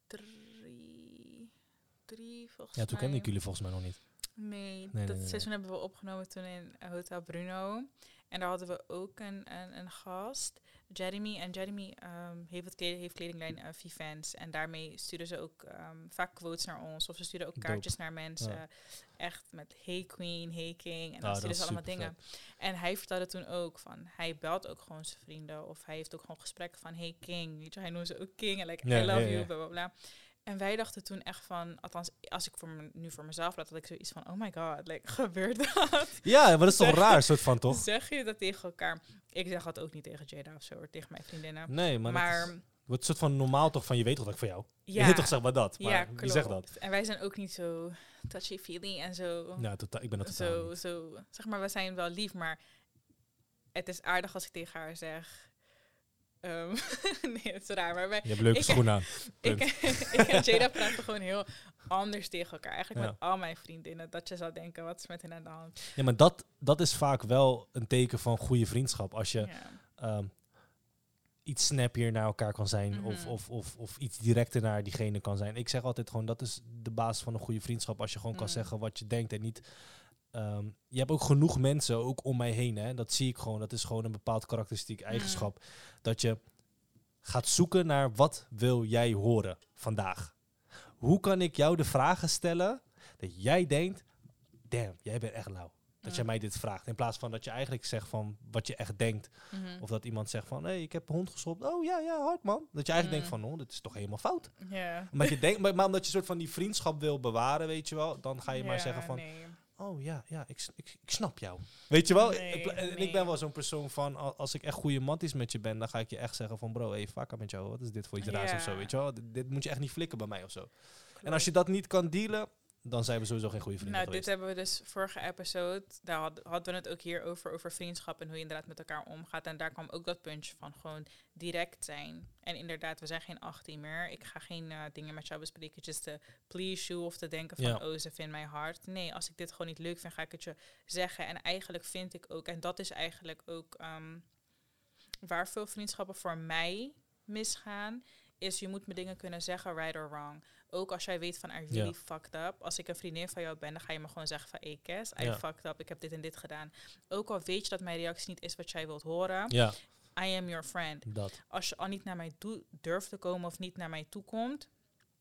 drie, drie volgens mij. Ja, toen mij. kende ik jullie volgens mij nog niet. Nee, nee dat nee, seizoen nee. hebben we opgenomen toen in Hotel Bruno. En daar hadden we ook een, een, een gast, Jeremy. En Jeremy um, heeft, het kled- heeft kledinglijn uh, Vivans. En daarmee sturen ze ook um, vaak quotes naar ons. Of ze sturen ook Dope. kaartjes naar mensen. Ja. Echt met hey queen, hey king. En dan ah, sturen ze allemaal vet. dingen. En hij vertelde toen ook van, hij belt ook gewoon zijn vrienden. Of hij heeft ook gewoon gesprekken van hey king. Weet je, hij noemt ze ook king. En like, ja, I love ja, you, ja. bla bla bla. En wij dachten toen echt van, althans, als ik voor me, nu voor mezelf laat, dat ik zoiets van, oh my god, like, gebeurt dat? Ja, maar dat is toch zeg, raar, soort van, toch? Zeg je dat tegen elkaar? Ik zeg dat ook niet tegen Jada of zo, hoor, tegen mijn vriendinnen. Nee, maar, maar het is, wordt een soort van normaal toch van, je weet toch dat ik voor jou? Ja, je weet toch, zeg maar dat. Maar ja, wie klopt. zegt dat? En wij zijn ook niet zo touchy-feely en zo. Ja, tota- ik ben dat totaal zo, niet. zo, zeg maar, we zijn wel lief, maar het is aardig als ik tegen haar zeg... Um, nee, het is raar, maar wij... Je hebt leuke schoenen aan. Ik, ik en Jada praten gewoon heel anders tegen elkaar. Eigenlijk ja. met al mijn vriendinnen. Dat je zou denken, wat is met hen aan de hand? Ja, maar dat, dat is vaak wel een teken van goede vriendschap. Als je ja. um, iets snappier naar elkaar kan zijn. Mm-hmm. Of, of, of, of iets directer naar diegene kan zijn. Ik zeg altijd gewoon, dat is de basis van een goede vriendschap. Als je gewoon mm. kan zeggen wat je denkt en niet... Um, je hebt ook genoeg mensen, ook om mij heen. Hè? Dat zie ik gewoon. Dat is gewoon een bepaald karakteristiek eigenschap. Mm. Dat je gaat zoeken naar wat wil jij horen vandaag. Hoe kan ik jou de vragen stellen dat jij denkt, damn, jij bent echt lauw. Dat mm. jij mij dit vraagt. In plaats van dat je eigenlijk zegt van wat je echt denkt. Mm-hmm. Of dat iemand zegt van, hé, hey, ik heb een hond geschopt. Oh ja, ja, hard man. Dat je eigenlijk mm. denkt van, oh, dit is toch helemaal fout. Yeah. Omdat je denkt, maar, maar omdat je soort van die vriendschap wil bewaren, weet je wel. Dan ga je yeah, maar zeggen van... Nee. Oh ja, ja ik, ik, ik snap jou. Weet je wel? Nee, en nee. ik ben wel zo'n persoon van, als ik echt goede matties met je ben, dan ga ik je echt zeggen van, bro, hey, fuck up met jou. Wat is dit voor iets raars ja. of zo, weet je wel? Dit, dit moet je echt niet flikken bij mij of zo. Klopt. En als je dat niet kan dealen, dan zijn we sowieso geen goede vrienden Nou, geweest. dit hebben we dus vorige episode, daar had, hadden we het ook hier over, over vriendschap en hoe je inderdaad met elkaar omgaat. En daar kwam ook dat puntje van gewoon direct zijn. En inderdaad, we zijn geen achttien meer. Ik ga geen uh, dingen met jou bespreken, just to please you of te denken van, ja. oh, ze vindt mij hard. Nee, als ik dit gewoon niet leuk vind, ga ik het je zeggen. En eigenlijk vind ik ook, en dat is eigenlijk ook um, waar veel vriendschappen voor mij misgaan, is je moet me dingen kunnen zeggen, right or wrong. Ook als jij weet van, I really ja. fucked up. Als ik een vriendin van jou ben, dan ga je me gewoon zeggen van, hey Kes, I ja. fucked up, ik heb dit en dit gedaan. Ook al weet je dat mijn reactie niet is wat jij wilt horen, ja. I am your friend. Dat. Als je al niet naar mij toe durft te komen of niet naar mij toe komt,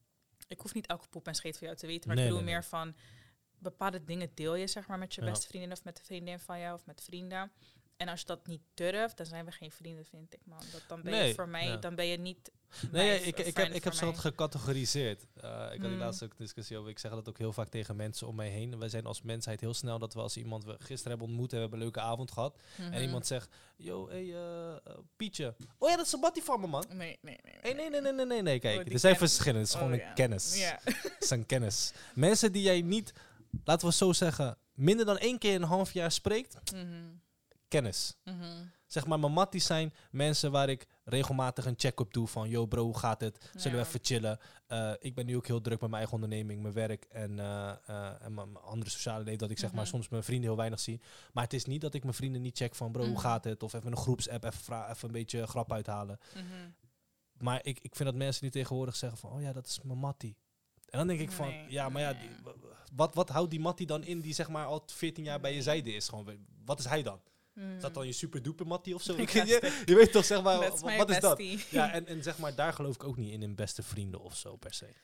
ik hoef niet elke poep en scheet van jou te weten, maar nee, ik bedoel nee, meer nee. van, bepaalde dingen deel je zeg maar met je ja. beste vriendin of met de vriendin van jou of met vrienden. En als je dat niet durft, dan zijn we geen vrienden, vind ik, man. Dat, dan ben nee, je voor mij, ja. dan ben je niet Nee, nice ik, ik, friend heb, ik heb voor ze mij. wat gecategoriseerd. Uh, ik had die Hmm. laatst ook een discussie over. Ik zeg dat ook heel vaak tegen mensen om mij heen. Wij zijn als mensheid heel snel dat we als iemand we gisteren hebben ontmoet en we hebben een leuke avond gehad. Mhm. En iemand zegt, yo, hey, uh, uh, Pietje. Oh ja, dat is een mattie van me, man. Nee, nee, nee. Hey, nee, nee, nee, nee, nee, nee. Kijk, Oh, die er zijn ken- verschillen. Het is Oh, gewoon ja. een kennis. Ja. Het is een kennis. Mensen die jij niet, laten we zo zeggen, minder dan één keer in een half jaar spreekt, Mhm. kennis. Mhm. Zeg maar, mijn matties zijn mensen waar ik regelmatig een check-up doe van, yo bro, hoe gaat het? Zullen Ja. we even chillen? Uh, ik ben nu ook heel druk met mijn eigen onderneming, mijn werk en, uh, uh, en mijn mijn andere sociale leven, dat ik zeg maar Mhm. soms mijn vrienden heel weinig zie. Maar het is niet dat ik mijn vrienden niet check van, bro, hoe Mhm. gaat het? Of even een groepsapp, even, vra- even een beetje grap uithalen. Mhm. Maar ik, ik vind dat mensen nu tegenwoordig zeggen van, oh ja, dat is mijn mattie. En dan denk ik van, Nee, ja, maar ja, nee. die, w- w- wat, wat houdt die mattie dan in die zeg maar al veertien jaar bij je Nee. zijde is? Gewoon, wat is hij dan? Mhm. Is dat dan je super duper mattie of zo? Ja, je, je weet toch, zeg maar, That's w- my wat is dat? bestie. Ja, en, en zeg maar, daar geloof ik ook niet in, in beste vrienden of zo per se.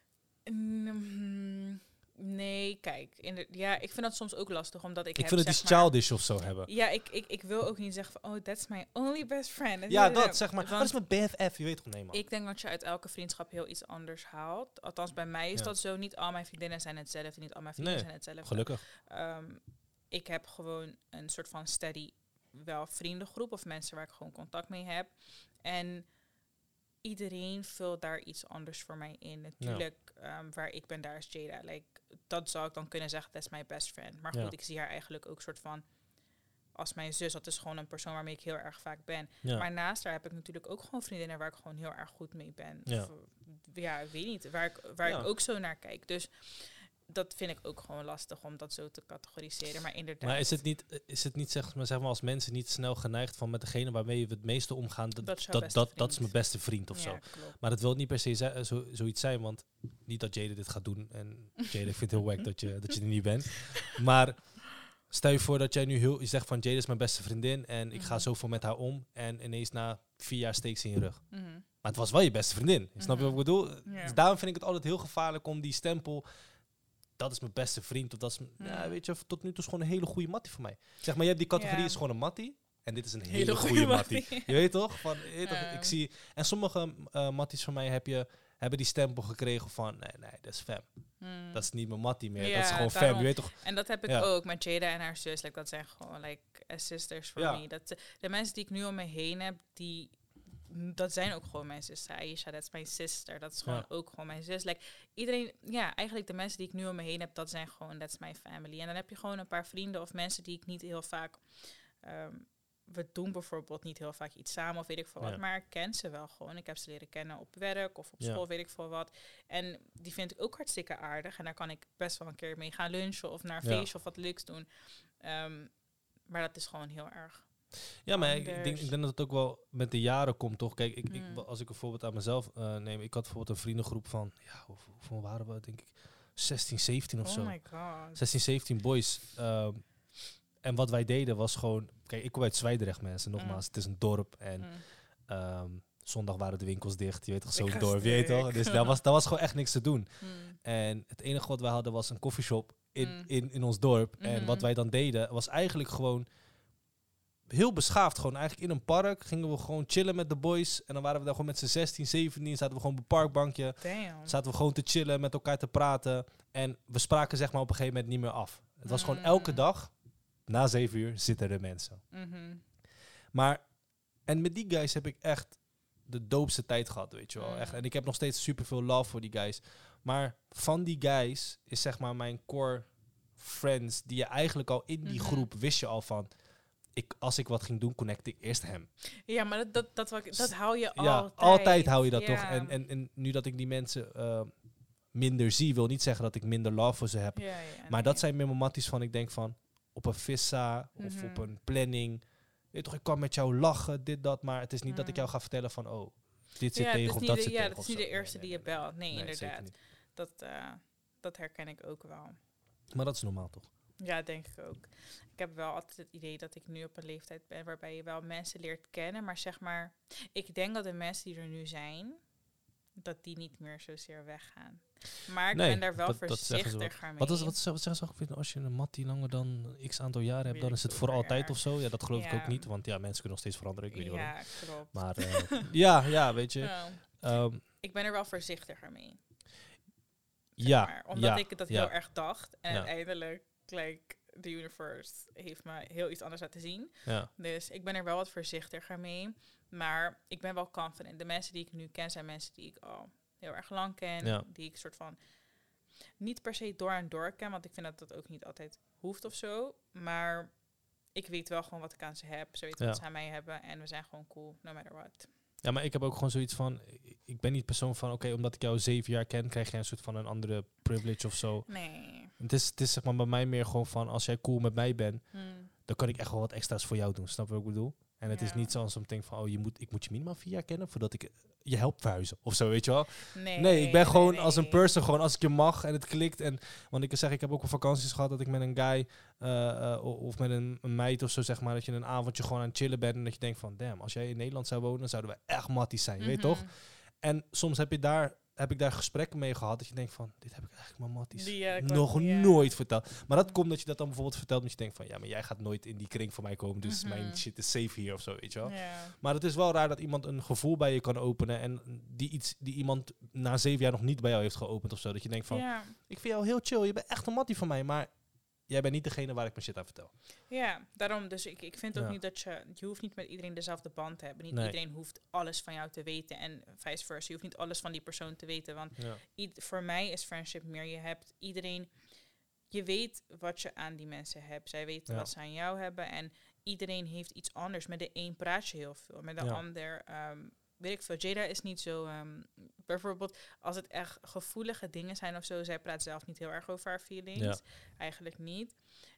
Mm, Nee, kijk. In de, ja, ik vind dat soms ook lastig, omdat ik Ik heb, vind het zeg iets maar- childish of zo hebben. Ja, ik, ik, ik wil ook niet zeggen van, oh, that's my only best friend. En Ja, dit en dat, zeg maar. Want Wat is mijn B F F? Je weet toch, nee man. ik denk dat je uit elke vriendschap heel iets anders haalt. Althans, bij mij is Ja. dat zo. Niet al mijn vriendinnen zijn hetzelfde, niet al mijn vrienden Nee, zijn hetzelfde. Gelukkig. Ehm, ik heb gewoon een soort van steady wel vriendengroep of mensen waar ik gewoon contact mee heb. En iedereen vult daar iets anders voor mij in. Natuurlijk, ehm, waar ik ben, daar is Jada. Like, dat zou ik dan kunnen zeggen, that's my best friend. Maar goed, Ja. ik zie haar eigenlijk ook soort van als mijn zus. Dat is gewoon een persoon waarmee ik heel erg vaak ben. Ja. Maar naast haar heb ik natuurlijk ook gewoon vriendinnen waar ik gewoon heel erg goed mee ben. Ja. Of, ja, ik weet niet. Waar ik, waar Ja. ik ook zo naar kijk. Dus dat vind ik ook gewoon lastig om dat zo te categoriseren. Maar inderdaad. Maar is het niet, is het niet zeg, maar, zeg maar als mensen niet snel geneigd van met degene waarmee we het meeste omgaan, dat, Dat is jouw dat, beste dat, dat vriend. is mijn beste vriend of Ja, zo. klopt. Maar dat wil niet per se zi- zo, zoiets zijn, want niet dat Jada dit gaat doen. En Jada, ik vind het heel wack dat je, dat je er niet bent. Maar stel je voor dat jij nu heel, je zegt van Jada is mijn beste vriendin en ik ga Mhm. zoveel met haar om. En ineens na vier jaar steekt ze in je rug. Mhm. Maar het was wel je beste vriendin. Snap je wat ik bedoel? Ja. Dus daarom vind ik het altijd heel gevaarlijk om die stempel, dat is mijn beste vriend. Of dat is, m- Mm. ja, weet je, tot nu toe is gewoon een hele goede mattie voor mij. Zeg maar, je hebt die categorie Ja. is gewoon een mattie. En dit is een hele, Hele goede goede mattie. mattie. Je weet toch? Van, je weet toch, Ja. ik zie, en sommige uh, matties van mij heb je, hebben die stempel gekregen van, nee, nee, dat is fam. Mm. Dat is niet mijn mattie meer. Ja, dat is gewoon fam. daarom. Je weet toch? En dat heb ik Ja. ook met Jada en haar zus. Like, dat zijn gewoon like as sisters voor Ja. me. Dat, de mensen die ik nu om me heen heb, die, dat zijn ook gewoon mijn zuster. Aisha, dat is mijn sister. Dat is gewoon Ja. ook gewoon mijn zus. Like, iedereen, ja, eigenlijk de mensen die ik nu om me heen heb, dat zijn gewoon, that's my family. En dan heb je gewoon een paar vrienden of mensen die ik niet heel vaak... ehm, we doen bijvoorbeeld niet heel vaak iets samen of weet ik veel wat. Ja. Maar ik ken ze wel gewoon. Ik heb ze leren kennen op werk of op Ja. school, weet ik veel wat. En die vind ik ook hartstikke aardig. En daar kan ik best wel een keer mee gaan lunchen of naar een Ja. feestje of wat leuks doen. Ehm, maar dat is gewoon heel erg. Ja, maar ik, ik, denk, Anders. ik denk dat het ook wel met de jaren komt, toch? Kijk, ik, ik, Mm. als ik een voorbeeld aan mezelf uh, neem. Ik had bijvoorbeeld een vriendengroep van, ja, hoe- hoeveel waren we? Denk ik zestien, zeventien of Oh zo. my god. zestien, zeventien boys. Um, en wat wij deden was gewoon... Kijk, ik kom uit Zwijndrecht, mensen. Nogmaals, het is een dorp. En Mm. um, zondag waren de winkels dicht. Je weet toch, zo'n Ik ga dorp. Je weet stuk. toch? Dus daar was, daar was gewoon echt niks te doen. Mm. En het enige wat wij hadden was een koffieshop in, Mm. in, in ons dorp. En Mhm. wat wij dan deden was eigenlijk gewoon... Heel beschaafd. Gewoon eigenlijk in een park gingen we gewoon chillen met de boys. En dan waren we daar gewoon met z'n zestien, zeventien. Zaten we gewoon op een parkbankje. Damn. Zaten we gewoon te chillen, met elkaar te praten. En we spraken zeg maar op een gegeven moment niet meer af. Het was gewoon Mm. elke dag, na zeven uur, zitten er mensen. Mhm. Maar, en met die guys heb ik echt de doopste tijd gehad, weet je wel. Mm. Echt. En ik heb nog steeds super veel love voor die guys. Maar van die guys is zeg maar mijn core friends, die je eigenlijk al in die Mhm. groep wist je al van... Ik, als ik wat ging doen, connecte ik eerst hem. Ja, maar dat, dat, dat, dat, dat hou je Ja, altijd. altijd hou je dat Ja. toch. En, en, en nu dat ik die mensen uh, minder zie, wil niet zeggen dat ik minder love voor ze heb. Ja, ja, Maar nee. dat zijn meer matties van, ik denk van, op een vissa of Mhm. op een planning. Weet toch, ik kan met jou lachen, dit, dat. Maar het is niet dat ik Mhm. jou ga vertellen van, oh, dit zit Ja, tegen het of is dat niet zit de, ja, tegen. dat is of niet zo. de eerste Nee, die nee, je belt. Nee, nee, zeker inderdaad. niet. Dat, uh, dat herken ik ook wel. Maar dat is normaal toch? Ja, denk ik ook. Ik heb wel altijd het idee dat ik nu op een leeftijd ben waarbij je wel mensen leert kennen. Maar zeg maar, ik denk dat de mensen die er nu zijn, dat die niet meer zozeer weggaan. Maar ik Nee, ben daar wel dat- dat zeggen ze voorzichtiger mee. Wat, is, wat, ze- wat zeggen ze ook weer? Als je een mattie langer dan x aantal jaren hebt, Weet dan ik is het veel, voor maar altijd ja. of zo. Ja, dat geloof ik Ja. ook niet. Want ja, mensen kunnen nog steeds veranderen. Ik weet niet waarom. Ja, klopt. Maar uh, ja, ja, weet je. Ja. Um, ik ben er wel voorzichtiger mee. Ja, maar. Omdat ja, ik dat ja. heel erg dacht. En Ja. uiteindelijk, like, the universe heeft me heel iets anders laten zien. Ja. Dus ik ben er wel wat voorzichtiger mee. Maar ik ben wel confident. De mensen die ik nu ken zijn mensen die ik al heel erg lang ken. Ja. Die ik soort van niet per se door en door ken. Want ik vind dat dat ook niet altijd hoeft of zo. Maar ik weet wel gewoon wat ik aan ze heb. Ze weten Ja. wat ze aan mij hebben. En we zijn gewoon cool, no matter what. Ja, maar ik heb ook gewoon zoiets van... Ik ben niet persoon van... Oké, okay, omdat ik jou zeven jaar ken... krijg je een soort van een andere privilege of zo. Nee. Het is, het is zeg maar bij mij meer gewoon van... Als jij cool met mij bent... Hmm. dan kan ik echt wel wat extra's voor jou doen. Snap je wat ik bedoel? En het Ja. is niet zo'n zo'n ding van... Oh, je moet, ik moet je minimaal vier jaar kennen... voordat ik je help verhuizen. Of zo, weet je wel? Nee, Nee, ik ben nee, gewoon nee. als een person... gewoon als ik je mag en het klikt. En, want ik zeg, ik heb ook wel vakanties gehad... dat ik met een guy... Uh, uh, of met een, een meid of zo, zeg maar... dat je een avondje gewoon aan het chillen bent... en dat je denkt van... damn, als jij in Nederland zou wonen... zouden we echt matties zijn, Mm-hmm. weet je toch? En soms heb je daar... heb ik daar gesprekken mee gehad... dat je denkt van... dit heb ik eigenlijk mijn matties Die, uh, nog klopt, ja. nooit verteld. Maar dat komt dat je dat dan bijvoorbeeld vertelt... omdat je denkt van... ja, maar jij gaat nooit in die kring van mij komen... dus Mhm. mijn shit is safe hier of zo, weet je wel? Ja. Maar het is wel raar dat iemand een gevoel bij je kan openen... en die, iets, die iemand na zeven jaar nog niet bij jou heeft geopend of zo. Dat je denkt van... Ja. ik vind jou heel chill, je bent echt een mattie van mij... maar jij bent niet degene waar ik mijn shit aan vertel. Ja, daarom. Dus ik, ik vind ook Ja. niet dat je... Je hoeft niet met iedereen dezelfde band te hebben. Niet Nee. iedereen hoeft alles van jou te weten. En vice versa. Je hoeft niet alles van die persoon te weten. Want Ja. ied- voor mij is friendship meer... Je hebt iedereen... Je weet wat je aan die mensen hebt. Zij weten Ja. wat ze aan jou hebben. En iedereen heeft iets anders. Met de een praat je heel veel. Met de Ja. ander... ehm, weet ik veel. Jada is niet zo... ehm, bijvoorbeeld, als het echt gevoelige dingen zijn of zo... Zij praat zelf niet heel erg over haar feelings. Ja. Eigenlijk niet.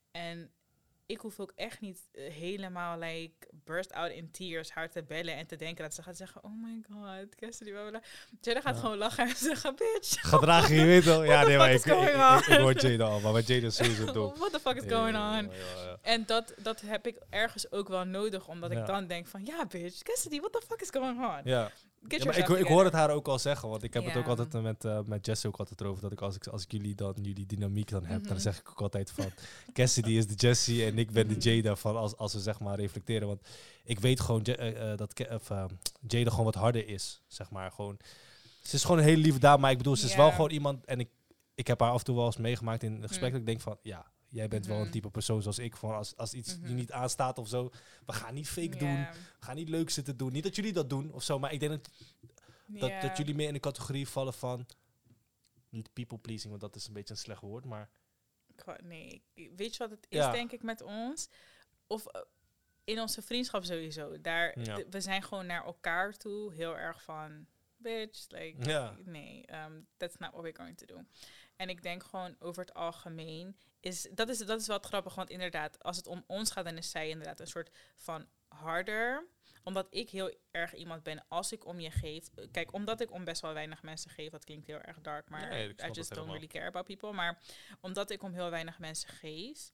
En ik hoef ook echt niet uh, helemaal like burst out in tears haar te bellen en te denken dat ze gaat zeggen, oh my god, Cassidy, bla bla bla. Jada gaat Ja. gewoon lachen en zeggen, bitch. Gedrag je, weet wel. Ja, What the nee, maar ik, fuck is ik, going ik, ik, on? ik hoor Jada al, maar met Jada is sowieso dom. What the fuck is Ja, going ja, on? ja, ja, ja. En dat, dat heb ik ergens ook wel nodig, omdat Ja. ik dan denk van, ja bitch, Cassidy, what the fuck is going on? Ja. Get Ja, maar ik, yourself ik hoor het together. haar ook al zeggen, want ik heb het Ja. ook altijd uh, met, uh, met Jesse ook altijd erover, dat ik als ik, als ik jullie dan, jullie dynamiek dan heb, Mhm. dan zeg ik ook altijd van, Cassidy is de Jesse en ik ben Mhm. de Jada, van als, als we zeg maar reflecteren, want ik weet gewoon Ja- uh, uh, dat Ke- of, uh, Jada gewoon wat harder is, zeg maar, gewoon, ze is gewoon een hele lieve dame, maar ik bedoel, ze is Ja. wel gewoon iemand, en ik, ik heb haar af en toe wel eens meegemaakt in een gesprek, Mhm. dat ik denk van, ja, jij bent wel een Mhm. type persoon zoals ik, van als, als iets Mhm. je niet aanstaat of zo, we gaan niet fake doen, Ja. we gaan niet leuk zitten doen, niet dat jullie dat doen of zo, maar ik denk dat dat, Ja. dat jullie meer in de categorie vallen van... Niet people pleasing, want dat is een beetje een slecht woord, maar... Ik wou- Nee, ik- weet je wat het is, Ja. denk ik, met ons? Of uh, in onze vriendschap sowieso. Daar, Ja. d- we zijn gewoon naar elkaar toe heel erg van... Bitch, like, Ja. nee, um, that's not what we're going to do. En ik denk gewoon over het algemeen... Is, dat, is, dat is wel grappig, want inderdaad, als het om ons gaat... dan is zij inderdaad een soort van harder... Omdat ik heel erg iemand ben, als ik om je geef... Kijk, omdat ik om best wel weinig mensen geef... Dat klinkt heel erg dark, maar Nee, ik I snap dat just don't helemaal. really care about people. Maar omdat ik om heel weinig mensen geef...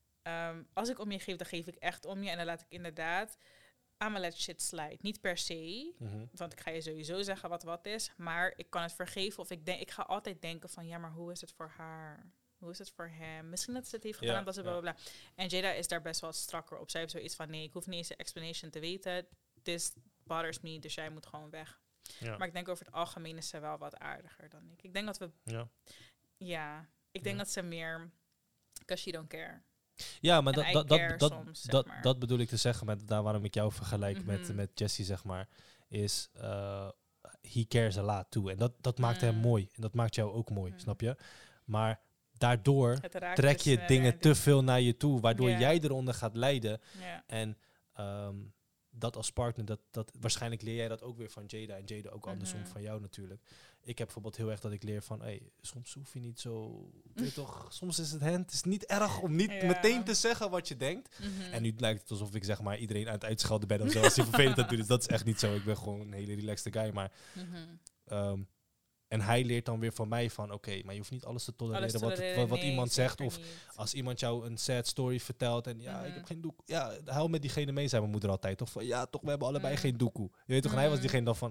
Um, als ik om je geef, dan geef ik echt om je. En dan laat ik inderdaad... I'ma let shit slide. Niet per se... Mhm. Want ik ga je sowieso zeggen wat wat is. Maar ik kan het vergeven. Of ik, denk, ik ga altijd denken van... Ja, maar hoe is het voor haar? Hoe is het voor hem? Misschien dat ze het heeft gedaan. Ja, dat ze ja. bla bla bla. En Jada is daar best wel strakker op. Zij heeft zoiets van... Nee, ik hoef niet eens een explanation te weten. This bothers me. Dus jij moet gewoon weg. Ja. Maar ik denk over het algemeen is ze wel wat aardiger dan ik. Ik denk dat we... Ja. Ja, ik denk Ja. dat ze meer... Because she don't care. ja, maar En dat, I dat, care dat, dat, soms, zeg dat, maar. dat bedoel ik te zeggen met daar waarom ik jou vergelijk met, Mhm. met Jesse, zeg maar. Is, uh, he cares a lot too. En dat, dat maakt hem Mm. mooi. En dat maakt jou ook mooi, Mm. snap je? Maar daardoor Het raakt trek dus, je eh, dingen de- te veel naar je toe, waardoor Ja. jij eronder gaat lijden. Ja. En um, dat als partner, dat, dat, waarschijnlijk leer jij dat ook weer van Jada. En Jada ook andersom Mhm. van jou natuurlijk. Ik heb bijvoorbeeld heel erg dat ik leer van... Hey, soms hoef je niet zo... weet je toch, soms is het hen. Het is niet erg om niet Ja. meteen te zeggen wat je denkt. Mhm. En nu lijkt het alsof ik zeg maar iedereen aan het uitschelden ben of zo. Als hij vervelend aan het doen is. Dat is echt niet zo. Ik ben gewoon een hele relaxed guy. Maar, Mhm. um, en hij leert dan weer van mij van... Oké, okay, maar je hoeft niet alles te tolereren Alles wat, tolereren, wat, wat nee, iemand zegt. zeker Of niet. als iemand jou een sad story vertelt en ja, Mhm. ik heb geen doek. Ja, huil met diegene mee, zei mijn moeder altijd. Toch van, ja, toch, we hebben allebei Mhm. geen doekoe. Je weet toch, en hij was Mhm. diegene dan van...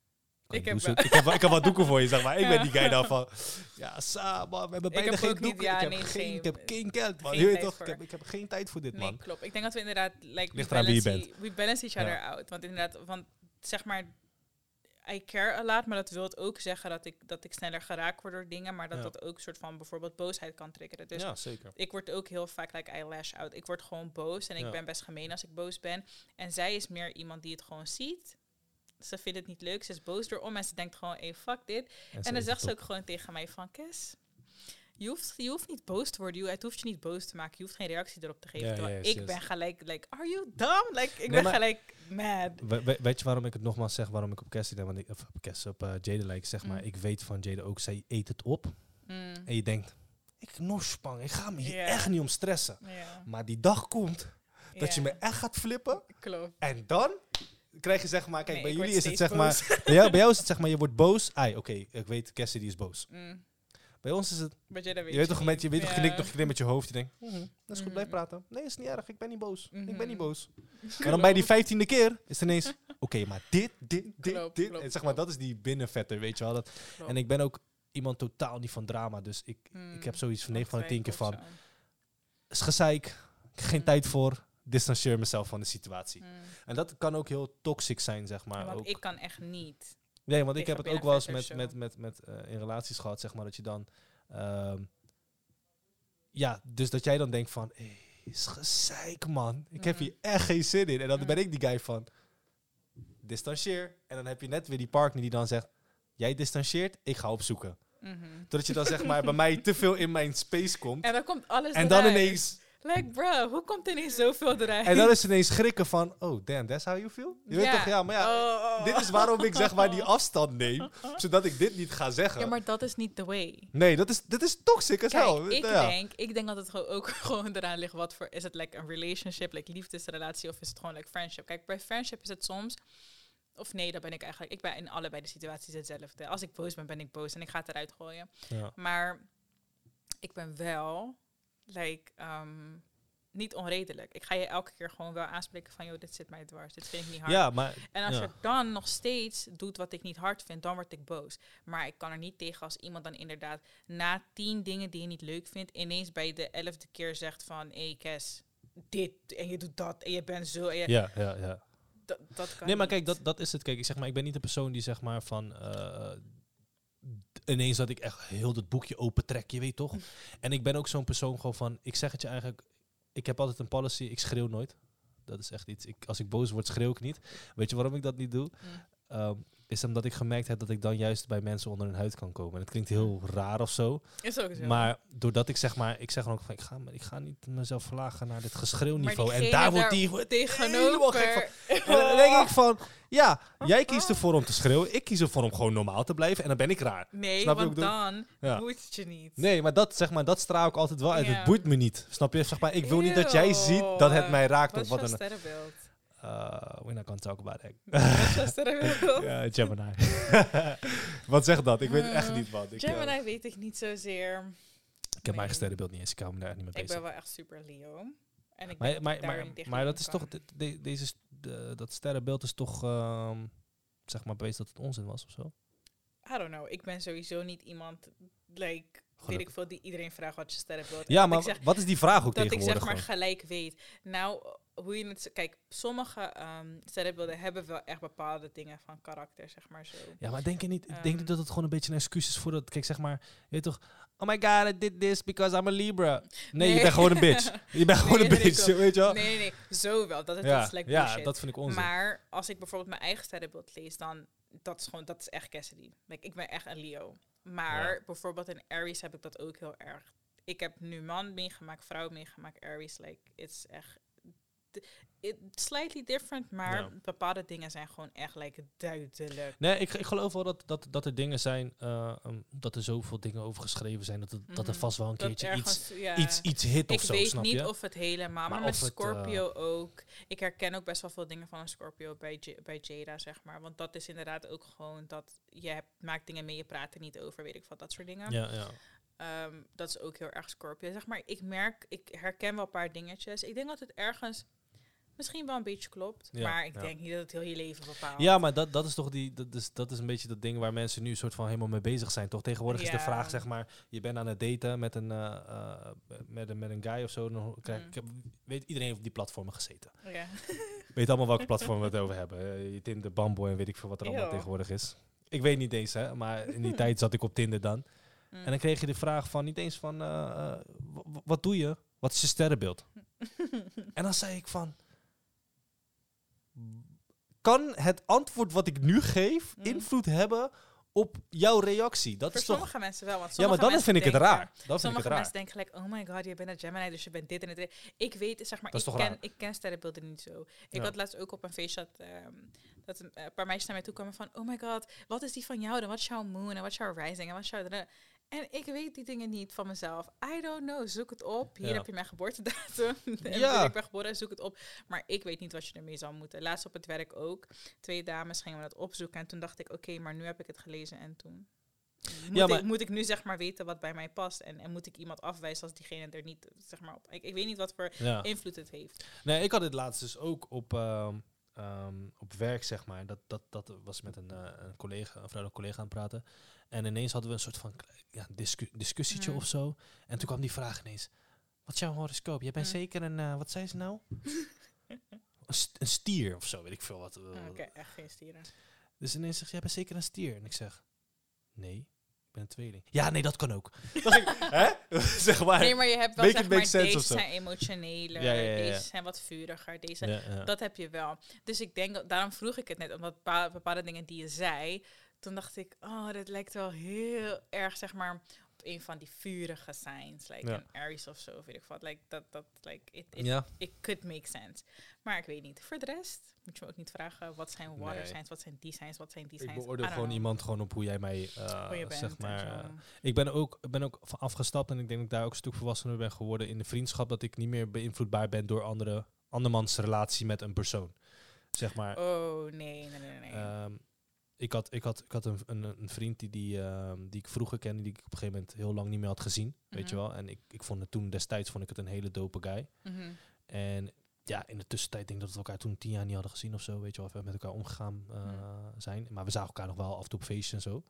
Ik Ik, heb heb, wel- ik, heb, wel- ik heb wat doeken voor je, zeg maar. Ik ben Ja. die guy dan van... Ja, sa, man, we hebben Ik bijna heb geen ook niet- doeken. ja, ik, heb nee, geen, geen- ik heb geen geld, man. geen Je weet tijd toch, voor. ik heb, ik heb geen tijd voor dit, Nee, man. klopt. Ik denk dat we inderdaad... Like, we Ligt eraan wie je balance e- We balance each Ja. other out. Want inderdaad, want zeg maar... I care a lot, maar dat wil ook zeggen dat ik, dat ik sneller geraakt word door dingen, maar dat Ja. dat ook soort van bijvoorbeeld boosheid kan triggeren. Dus ja, zeker. ik word ook heel vaak, like, I lash out. Ik word gewoon boos en ik Ja. ben best gemeen als ik boos ben. En zij is meer iemand die het gewoon ziet. Ze vindt het niet leuk, ze is boos erom en ze denkt gewoon, hey, fuck dit. En dan zegt ze ook gewoon tegen mij van, Kes, je hoeft, je hoeft niet boos te worden. Je, het hoeft je niet boos te maken. Je hoeft geen reactie erop te geven. Ja, terwijl yes, ik yes. ben gelijk, like, are you dumb? Like, ik Nee, ben maar- gelijk mad. We- we- weet je waarom ik het nogmaals zeg, waarom ik op Cassie denk, want ik, of op Cassie, op uh, Jade lijk, zeg maar, Mm. ik weet van Jade ook, zij eet het op. Mm. En je denkt, ik nospang, ik ga me hier Ja. echt niet om stressen. Ja. Maar die dag komt dat je Ja. me echt gaat flippen. Klopt. En dan krijg je zeg maar, kijk, Nee, bij ik jullie word is het steeds zeg maar, bij jou, bij jou is het zeg maar, je wordt boos. Ai, oké, ik weet, Cassie die is boos. Mm. Bij ons is het, Maar jij, dat weet je weet toch, met, je weet toch, Ja. je knikt nog, je knikt met je hoofd. Je denkt, mhm, dat is goed, Mhm. blijf praten. Nee, is niet erg, ik ben niet boos. Ik ben niet Mhm. boos. Maar dan bij die vijftiende keer is het ineens, oké, maar dit, dit, dit, Klopt, dit. klopt, En zeg maar, klopt. dat is die binnenvetter, weet je wel. Dat, Klopt. en ik ben ook iemand totaal niet van drama, dus ik, Mm. ik heb zoiets van negen van de Dat tien keer van, werkt ook is gezeik, ik heb geen Mm. tijd voor, distancieer mezelf van de situatie. zo. Mm. En dat kan ook heel toxic zijn, zeg maar. Want ook. ik kan echt niet. Nee, want ik tegen heb het ook wel eens met, binnenvetters met, met, met, eh, in relaties gehad, zeg maar, dat je dan... ehm, ja, dus dat jij dan denkt van... Hey, is gezeik, man. Ik heb Mhm. hier echt geen zin in. En dan Mhm. ben ik die guy van... Distancieer. En dan heb je net weer die partner die dan zegt... Jij distancieert, ik ga opzoeken. Mhm. Totdat je dan zeg maar bij mij te veel in mijn space komt. En dan komt alles En dan eruit. ineens... Like, bro, hoe komt er ineens zoveel eruit? En dan is het ineens schrikken van... Oh, damn, that's how you feel? Je weet toch, ja, maar ja... Oh, oh. Dit is waarom ik zeg maar die afstand neem. Zodat ik dit niet ga zeggen. Ja, maar dat is niet the way. Nee, dat is, dit is toxic as Kijk, hell. ik Ja. denk, ik denk dat het gewoon ook gewoon eraan ligt wat voor, is het like een relationship, like liefdesrelatie, of is het gewoon like friendship? Kijk, bij friendship is het soms, of nee, dat ben ik eigenlijk, ik ben in allebei de situaties hetzelfde. Als ik boos ben, ben ik boos en ik ga het eruit gooien. Ja. Maar ik ben wel, like, um, niet onredelijk. Ik ga je elke keer gewoon wel aanspreken van, joh, dit zit mij dwars, dit vind ik niet hard. Ja, maar... En als ja. je dan nog steeds doet wat ik niet hard vind, dan word ik boos. Maar ik kan er niet tegen als iemand dan inderdaad na tien dingen die je niet leuk vindt, ineens bij de elfde keer zegt van, hé hey, Kes, dit en je doet dat en je bent zo. En je, Ja, ja, ja. dat, dat kan Nee, maar niet. kijk, dat, dat is het. Kijk, ik zeg maar, ik ben niet de persoon die zeg maar van... eh, ineens dat ik echt heel dat boekje opentrek, je weet toch? En ik ben ook zo'n persoon gewoon van... Ik zeg het je eigenlijk... Ik heb altijd een policy, ik schreeuw nooit. Dat is echt iets. Ik, als ik boos word, schreeuw ik niet. Weet je waarom ik dat niet doe? Mm. Ehm, is omdat ik gemerkt heb dat ik dan juist bij mensen onder hun huid kan komen. En het klinkt heel raar of zo. Is ook zo. Maar doordat ik zeg maar... Ik zeg dan ook van, ik ga, ik ga niet mezelf verlagen naar dit geschreeuwniveau. En diegene daar wordt daar die... helemaal tegenover. gek van. En dan denk ik van, ja, jij kiest ervoor om te schreeuwen. Ik kies ervoor om gewoon normaal te blijven. En dan ben ik raar. Nee, Snap je want wat ik bedoel? dan Ja. boeit het je niet. Nee, maar dat, zeg maar, dat straal ik altijd wel uit. Ja. Het boeit me niet. Snap je? Zeg maar, ik wil niet dat jij Eeuw. ziet dat het mij raakt. Wat Of is wat jouw dan. sterrenbeeld? Uh, we're not gonna talk about that. Wat is jouw sterrenbeeld? Ja, Gemini. Wat zegt dat? Ik weet het echt niet wat. Ik, eh, Gemini weet ik niet zozeer. ik heb mijn eigen sterrenbeeld niet eens. Ik hou me daar echt niet mee Ik bezig. ben wel echt super Leo. En ik Maar, denk maar, dat ik daar maar, niet tegen maar dat in is kan. toch... de- de- deze, st- de- dat sterrenbeeld is toch... ehm, zeg maar bewezen dat het onzin was of zo? I don't know. Ik ben sowieso niet iemand, like, weet ik Gelukkig. veel, die iedereen vraagt wat je sterrenbeeld is. Ja, Dat maar ik zeg, wat is die vraag ook dat ik tegenwoordig zeg maar gewoon? gelijk weet. Nou, hoe je het... Kijk, sommige ehm, sterrenbeelden hebben wel echt bepaalde dingen van karakter, zeg maar zo. Ja, maar denk je niet, denk Ehm. je dat het gewoon een beetje een excuus is voor dat... Kijk, zeg maar, je weet toch... Oh my god, I did this because I'm a Libra. Nee, je Nee. bent gewoon een bitch. Je bent gewoon Nee, een nee, bitch, klopt. weet je wel? Nee, nee, nee. Zo wel. Dat, is- ja, dat is like ja bullshit. dat vind ik onzin. Maar als ik bijvoorbeeld mijn eigen sterrenbeeld lees, dan dat is gewoon, dat is echt Cassidy. Like, ik ben echt een Leo. Maar Ja. bijvoorbeeld in Aries heb ik dat ook heel erg. Ik heb nu man meegemaakt, vrouw meegemaakt, Aries. Like, it's echt... It's slightly different, maar Ja. bepaalde dingen zijn gewoon echt like, duidelijk. Nee, ik, ik geloof wel dat, dat, dat er dingen zijn... eh, um, dat er zoveel dingen over geschreven zijn... dat, het, dat er Mhm. vast wel een Dat keertje iets, ergens, ja. iets, iets hit Ik of zo, weet snap niet je? of het helemaal, maar, Maar met of het, Scorpio ook. Ik herken ook best wel veel dingen van een Scorpio bij, J- bij Jada, zeg maar. Want dat is inderdaad ook gewoon dat je hebt, maakt dingen mee, je praat er niet over, weet ik wat, dat soort dingen. Ja, ja. Ehm, dat is ook heel erg Scorpio, zeg maar. Ik merk, ik herken wel een paar dingetjes. Ik denk dat het ergens misschien wel een beetje klopt, Ja, maar ik ja. denk niet dat het heel je leven bepaalt. Ja, maar dat, dat is toch die, dat is, dat is een beetje dat ding waar mensen nu een soort van helemaal mee bezig zijn. Toch tegenwoordig is de Ja. vraag, zeg maar, je bent aan het daten met een, eh, eh, met een, met een guy of zo. Dan krijg, Mm. ik heb, weet, iedereen heeft op die platformen gezeten. Ja. weet allemaal welke platform we het over hebben. Uh, Tinder, Bumble en weet ik veel wat er allemaal Eeuw. tegenwoordig is. Ik weet niet eens, hè. Maar in die tijd zat ik op Tinder dan. Mm. En dan kreeg je de vraag van, niet eens van... Uh, uh, w- wat doe je? Wat is je sterrenbeeld? En dan zei ik van... Kan het antwoord wat ik nu geef mm. invloed hebben op jouw reactie? Dat Voor is sommige toch... mensen wel. Want ja, maar dan vind ik het raar. Dan sommige vind ik het raar. mensen denken gelijk, oh my god, je bent een Gemini, dus je bent dit en dit. Ik weet, zeg maar, dat ik ken, ik ken sterrenbeelden niet zo. Ik ja. had laatst ook op een feestje dat, um, dat een uh, paar meisjes naar mij toe kwamen van, oh my god, wat is die van jou dan? Wat is jouw moon en wat is jouw rising en wat is jouw... De... En ik weet die dingen niet van mezelf. I don't know. Zoek het op. Hier ja. heb je mijn geboortedatum. En ja. ik ben geboren, zoek het op. Maar ik weet niet wat je ermee zal moeten. Laatst op het werk ook. Twee dames gingen we dat opzoeken. En toen dacht ik, oké, okay, maar nu heb ik het gelezen. En toen moet, ja, ik, moet ik nu zeg maar weten wat bij mij past. En, en moet ik iemand afwijzen als diegene er niet zeg maar op. Ik, ik weet niet wat voor ja. invloed het heeft. Nee, ik had het laatst dus ook op... Uh, Um, op werk, zeg maar. Dat, dat, dat was met een, uh, een collega, een vrouwelijke collega aan het praten. En ineens hadden we een soort van ja, discu- discussietje mm. of zo. En toen kwam die vraag ineens. Wat is jouw horoscoop? Jij bent mm. zeker een... Uh, wat zei ze nou? een, st- een stier of zo, weet ik veel wat. Uh, Oké, okay, echt geen stieren. Dus ineens zegt jij bent zeker een stier. En ik zeg... Nee. Ik ben een tweeling. Ja, nee, dat kan ook. Dacht ik, hè? Zeg maar. Nee, maar je hebt wel, zeg maar, deze zijn emotioneler, ja, ja, ja, ja. deze zijn wat vuriger, deze, ja, ja. dat heb je wel. Dus ik denk, daarom vroeg ik het net, omdat bepaalde, bepaalde dingen die je zei, toen dacht ik, oh, dat lijkt wel heel erg, zeg maar, op een van die vurige signs, like ja. een Aries of zo, weet ik wat. Like, dat, dat, like, it, it, ja. it could make sense. Maar ik weet niet. Voor de rest moet je me ook niet vragen, wat zijn water nee. signs, wat zijn die signs, wat zijn die signs. Ik beoordeel gewoon know. iemand gewoon op hoe jij mij, uh, hoe je bent, zeg maar. Uh, ik ben ook, ben ook afgestapt en ik denk dat ik daar ook een stuk volwassener ben geworden in de vriendschap, dat ik niet meer beïnvloedbaar ben door andere, andermans relatie met een persoon. Zeg maar. Oh, nee, nee, nee, nee. Um, Ik had, ik had, ik had een, een, een vriend die, die, uh, die ik vroeger kende, die ik op een gegeven moment heel lang niet meer had gezien. Mm-hmm. Weet je wel. En ik, ik vond het toen destijds vond ik het een hele dope guy. Mm-hmm. En ja, in de tussentijd denk ik dat we elkaar toen tien jaar niet hadden gezien of zo. Weet je wel, of we met elkaar omgegaan uh, mm. zijn. Maar we zagen elkaar nog wel af en toe op feestjes en zo.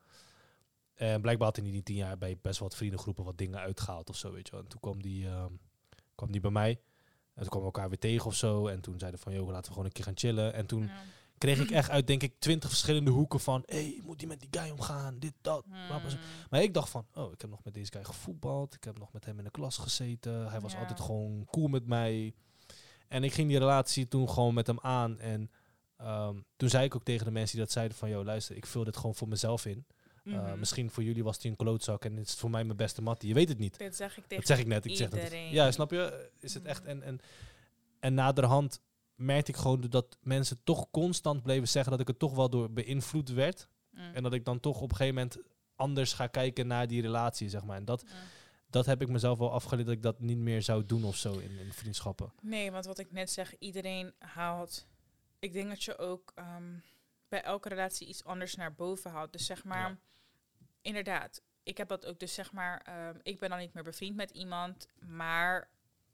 En blijkbaar had hij in die tien jaar bij best wel wat vriendengroepen wat dingen uitgehaald of zo, weet je wel. En toen kwam die, uh, kwam die bij mij. En toen kwamen we elkaar weer tegen of zo. En toen zeiden van, joh, laten we gewoon een keer gaan chillen. En toen... Ja. kreeg ik echt uit, denk ik, twintig verschillende hoeken van... hé, hey, moet die met die guy omgaan, dit, dat. Hmm. Maar ik dacht van, oh, ik heb nog met deze guy gevoetbald. Ik heb nog met hem in de klas gezeten. Hij was ja. altijd gewoon cool met mij. En ik ging die relatie toen gewoon met hem aan. En um, toen zei ik ook tegen de mensen die dat zeiden van... joh, luister, ik vul dit gewoon voor mezelf in. Mm-hmm. Uh, misschien voor jullie was hij een klootzak en het is voor mij mijn beste mattie. Je weet het niet. Dat zeg ik tegen dat zeg ik net. Ik zeg dat, ja, snap je? Is het echt... En, en, en naderhand... merkte ik gewoon dat mensen toch constant bleven zeggen dat ik er toch wel door beïnvloed werd. Mm. En dat ik dan toch op een gegeven moment anders ga kijken naar die relatie, zeg maar. En dat, mm. dat heb ik mezelf wel afgeleerd dat ik dat niet meer zou doen of zo in, in vriendschappen. Nee, want wat ik net zeg, iedereen haalt... Ik denk dat je ook um, bij elke relatie iets anders naar boven haalt. Dus zeg maar, ja. inderdaad, ik heb dat ook. Dus zeg maar, um, ik ben dan niet meer bevriend met iemand, maar...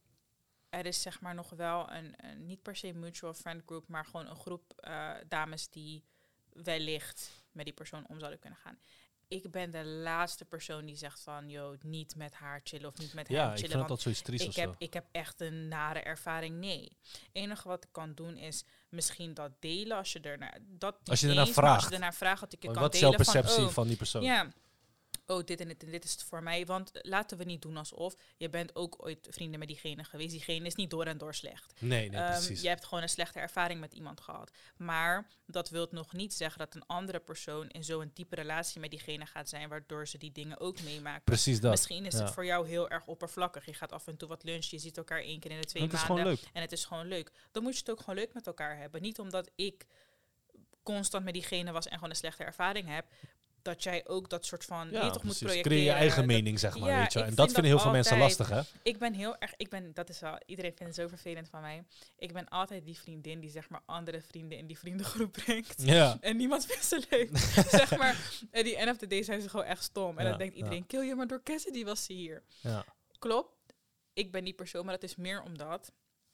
er is zeg maar nog wel een, een niet per se mutual friend group, maar gewoon een groep uh, dames die wellicht met die persoon om zouden kunnen gaan. Ik ben de laatste persoon die zegt van, joh, niet met haar chillen of niet met ja, hem chillen. Ja, ik vind dat zoiets triest ik of heb, zo. Ik heb echt een nare ervaring. Nee. Het enige wat ik kan doen is misschien dat delen als je ernaar... Dat als je ernaar vraagt. Als je ernaar vraagt, dat ik je kan wat delen is jouw perceptie van, oh, van die persoon? Ja. Oh, dit en dit en dit is het voor mij. Want laten we niet doen alsof... je bent ook ooit vrienden met diegene geweest. Diegene is niet door en door slecht. Nee, nee, um, precies. Je hebt gewoon een slechte ervaring met iemand gehad. Maar dat wil nog niet zeggen dat een andere persoon... in zo'n diepe relatie met diegene gaat zijn... waardoor ze die dingen ook meemaken. Precies dat. Misschien is ja. het voor jou heel erg oppervlakkig. Je gaat af en toe wat lunchen. Je ziet elkaar één keer in de twee het maanden. Is gewoon leuk. En het is gewoon leuk. Dan moet je het ook gewoon leuk met elkaar hebben. Niet omdat ik constant met diegene was... en gewoon een slechte ervaring heb... dat jij ook dat soort van ja, je toch moet projecteren. Creëer je eigen mening, zeg maar. Ja, weet je. En dat vinden heel veel mensen lastig, hè? Ik ben heel erg, ik ben, dat is wel, iedereen vindt het zo vervelend van mij. Ik ben altijd die vriendin die zeg maar andere vrienden in die vriendengroep brengt. Ja. En niemand vindt ze leuk. zeg maar, en die end of the day zijn ze gewoon echt stom. En ja, dan denkt iedereen, ja. kill je, maar door Cassidy was ze hier. Ja. Klopt. Ik ben die persoon, maar dat is meer omdat...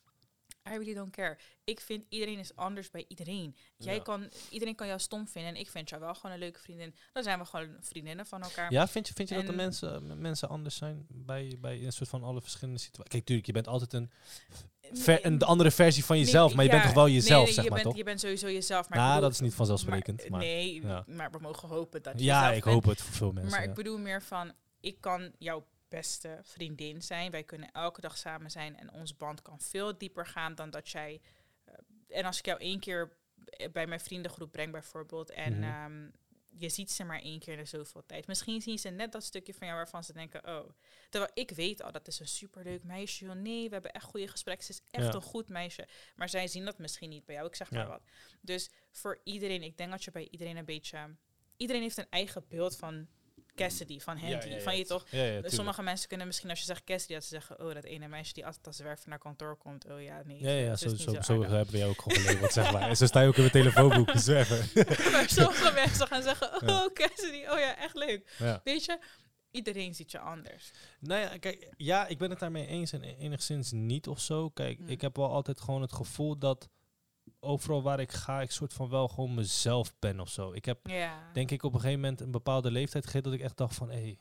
I really don't care. Ik vind iedereen is anders bij iedereen. Jij ja. kan, iedereen kan jou stom vinden en ik vind jou wel gewoon een leuke vriendin. Dan zijn we gewoon vriendinnen van elkaar. Ja, vind je, vind je dat de mensen, mensen anders zijn bij, bij een soort van alle verschillende situaties? Kijk, tuurlijk, je bent altijd een ver, een andere versie van jezelf. Nee, maar je ja, bent toch wel jezelf, nee, nee, zeg je maar, bent, toch? Je bent sowieso jezelf. Maar nou, bedoel, dat is niet vanzelfsprekend. Maar, Maar, nee, ja. maar we mogen hopen dat je Ja, jezelf ik bent. hoop het voor veel mensen. Maar ja. ik bedoel meer van, ik kan jouw beste vriendin zijn. Wij kunnen elke dag samen zijn en ons band kan veel dieper gaan dan dat jij... Uh, en als ik jou één keer bij mijn vriendengroep breng bijvoorbeeld en... Mm-hmm. Um, je ziet ze maar één keer in de zoveel tijd. Misschien zien ze net dat stukje van jou waarvan ze denken... oh, terwijl ik weet al, dat is een superleuk meisje. Nee, we hebben echt goede gesprekken. Ze is echt ja. een goed meisje. Maar zij zien dat misschien niet bij jou. Ik zeg maar ja. wat. Dus voor iedereen, ik denk dat je bij iedereen een beetje... Iedereen heeft een eigen beeld van Cassidy, van Henty. Ja, ja, ja. Van je toch? Ja, ja, dus sommige mensen kunnen misschien als je zegt Cassidy... dat ze zeggen, oh, dat ene meisje die altijd als zwerver naar kantoor komt. Oh ja, nee. Ja, ja, zo, zo, zo, zo hebben we jou ook gewoon geleverd, zeg maar. En zo sta je ook in mijn telefoonboek, zwerver. Maar sommige mensen gaan zeggen, oh, ja. Cassidy, oh ja, echt leuk. Ja. Weet je, iedereen ziet je anders. Nou ja, kijk, ja, ik ben het daarmee eens en enigszins niet of zo. Kijk, hmm. ik heb wel altijd gewoon het gevoel dat overal waar ik ga, ik soort van wel gewoon mezelf ben of zo. Ik heb, ja. denk ik, op een gegeven moment een bepaalde leeftijd gegeven dat ik echt dacht van, hé, hey,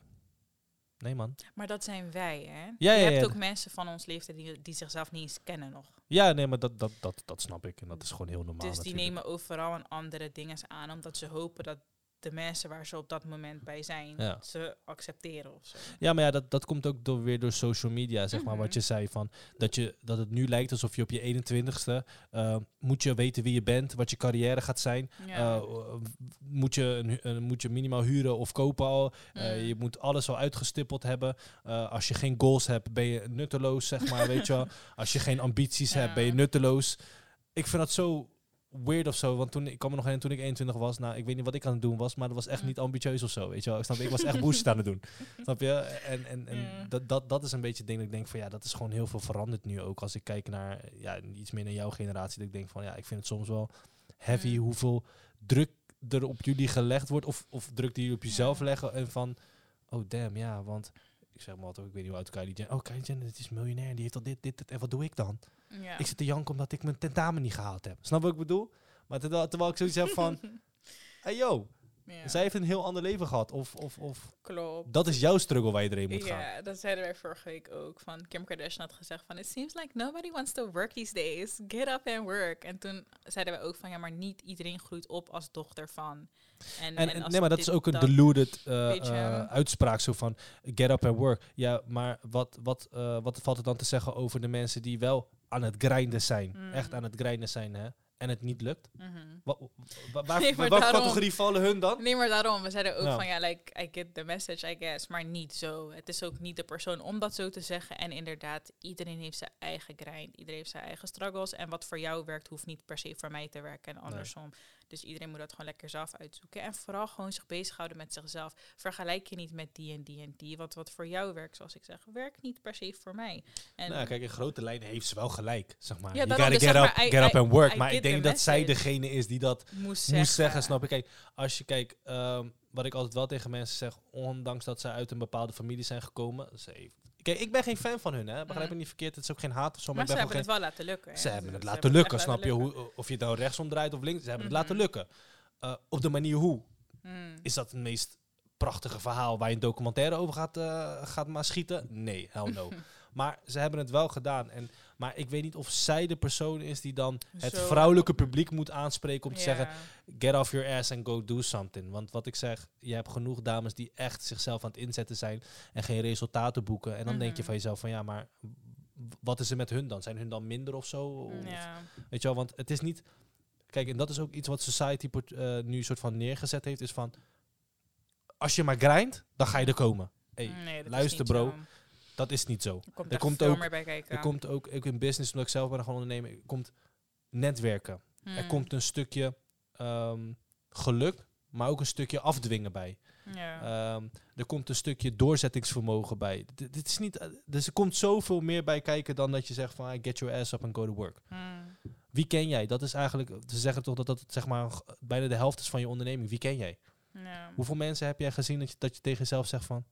nee man. Maar dat zijn wij, hè? Ja, je ja, hebt ja. ook mensen van ons leeftijd die, die zichzelf niet eens kennen nog. Ja, nee, maar dat, dat, dat, dat snap ik en dat is gewoon heel normaal. Dus die natuurlijk. nemen overal een andere dingen aan, omdat ze hopen dat de mensen waar ze op dat moment bij zijn, ja. ze accepteren of zo. Ja, maar ja, dat, dat komt ook door, weer door social media, zeg maar. Mm-hmm. Wat je zei, van dat, je, dat het nu lijkt alsof je op je eenentwintigste... Uh, moet je weten wie je bent, wat je carrière gaat zijn. Ja. Uh, moet, je een, uh, moet je minimaal huren of kopen al. Uh, mm. Je moet alles al uitgestippeld hebben. Uh, als je geen goals hebt, ben je nutteloos, zeg maar. Weet je wel. Als je geen ambities ja. hebt, ben je nutteloos. Ik vind dat zo... weird of zo, want toen ik kan me nog herinneren toen ik eenentwintig was, nou ik weet niet wat ik aan het doen was, maar dat was echt mm. niet ambitieus of zo, weet je wel. Ik snap, ik was echt bullshit aan het doen, snap je? En en en mm. dat dat dat is een beetje het ding dat ik denk van ja, dat is gewoon heel veel veranderd nu ook als ik kijk naar ja iets meer naar jouw generatie, dat ik denk van ja, ik vind het soms wel heavy mm. hoeveel druk er op jullie gelegd wordt of of druk die jullie op jezelf mm. leggen en van oh damn ja, want ik zeg maar altijd, ik weet niet hoe oud Kylie Jenner, oh Kylie Jenner, dit is miljonair, die heeft al dit, dit, dit, en wat doe ik dan? Ja. Ik zit te janken omdat ik mijn tentamen niet gehaald heb. Snap wat ik bedoel? Maar terwijl, terwijl ik zoiets heb van... hey yo, ja. zij heeft een heel ander leven gehad. Of, of, of klopt. Dat is jouw struggle waar je erin moet ja, gaan. Ja, dat zeiden wij vorige week ook. Van Kim Kardashian had gezegd van... It seems like nobody wants to work these days. Get up and work. En toen zeiden wij ook van... Ja, maar niet iedereen groeit op als dochter van... En, en, en als nee, maar dat dit, is ook een dat, deluded uh, uh, uitspraak zo van get up and work. Ja, maar wat, wat, uh, wat valt er dan te zeggen over de mensen die wel aan het grinden zijn? Mm. Echt aan het grinden zijn, hè? En het niet lukt? Mm-hmm. Wa- wa- waar, nee, welke daarom, categorie vallen hun dan? Nee, maar daarom. We zeiden ook ja. van, ja, like, I get the message, I guess. Maar niet zo. Het is ook niet de persoon om dat zo te zeggen. En inderdaad, iedereen heeft zijn eigen grind. Iedereen heeft zijn eigen struggles. En wat voor jou werkt, hoeft niet per se voor mij te werken. En andersom. Nee. Dus iedereen moet dat gewoon lekker zelf uitzoeken. En vooral gewoon zich bezighouden met zichzelf. Vergelijk je niet met die en die en die. Want wat voor jou werkt, zoals ik zeg, werkt niet per se voor mij. En nou, kijk, in grote lijnen heeft ze wel gelijk, zeg maar. Ja, you gotta dus get, zeg up, maar, I, get up and work. I, I maar ik denk dat zij degene is die dat moest, moest zeggen. zeggen, snap je? Kijk, als je kijkt, um, wat ik altijd wel tegen mensen zeg, ondanks dat zij uit een bepaalde familie zijn gekomen, ze heeft... Kijk, ik ben geen fan van hun, hè. Begrijp me mm. niet verkeerd, het is ook geen haat of zo. Maar, maar ze ik ben hebben geen... het wel laten lukken. Ze ja. hebben het ze laten hebben lukken, het snap je? lukken. Hoe, of je het nou rechtsom draait of links, ze hebben mm-hmm. het laten lukken. Uh, op de manier hoe. Mm. Is dat het meest prachtige verhaal waar je een documentaire over gaat, uh, gaat maar schieten? Nee, hell no. Maar ze hebben het wel gedaan. En, maar ik weet niet of zij de persoon is die dan het Zo. vrouwelijke publiek moet aanspreken om te yeah. zeggen, get off your ass and go do something. Want wat ik zeg, je hebt genoeg dames die echt zichzelf aan het inzetten zijn en geen resultaten boeken. En dan mm-hmm. denk je van jezelf van ja, maar wat is er met hun dan? Zijn hun dan minder of zo? Of, ja. Weet je wel, want het is niet... Kijk, en dat is ook iets wat Society uh, nu soort van neergezet heeft, is van... Als je maar grindt, dan ga je er komen. Hey, nee, luister bro, zo. Dat is niet zo. Er komt, er komt ook, meer bij kijken. Er komt ook, ook in business, omdat ik zelf ben gewoon ondernemer, er komt netwerken. Hmm. Er komt een stukje um, geluk, maar ook een stukje afdwingen bij. Ja. Um, er komt een stukje doorzettingsvermogen bij. D- dit is niet, uh, dus er komt zoveel meer bij kijken dan dat je zegt van get your ass up and go to work. Hmm. Wie ken jij? Dat is eigenlijk, ze zeggen toch dat dat zeg maar bijna de helft is van je onderneming. Wie ken jij? Ja. Hoeveel mensen heb jij gezien dat je, dat je tegen jezelf zegt van...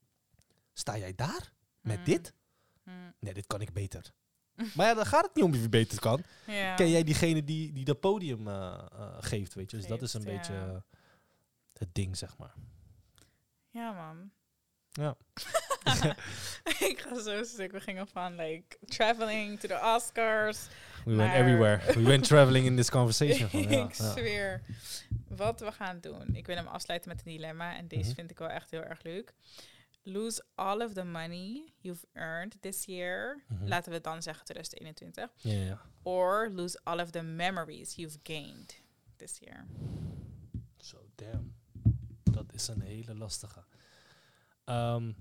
Sta jij daar? Met mm. dit? Mm. Nee, dit kan ik beter. Maar ja, dan gaat het niet om wie beter kan. Ja. Ken jij diegene die, die dat podium uh, uh, geeft, weet je? Dus geeft, dat is een ja. beetje uh, het ding, zeg maar. Ja, man. Ja. Ik ga zo stuk. We gingen van like traveling to the Oscars. We went everywhere. We went traveling in this conversation. Van, ja, ik ja. zweer. Wat we gaan doen. Ik wil hem afsluiten met een dilemma. En deze Mm-hmm. vind ik wel echt heel erg leuk. Lose all of the money you've earned this year. Mm-hmm. Laten we het dan zeggen twintig eenentwintig. Ja, ja. Or lose all of the memories you've gained this year. So, damn. Dat is een hele lastige. Um,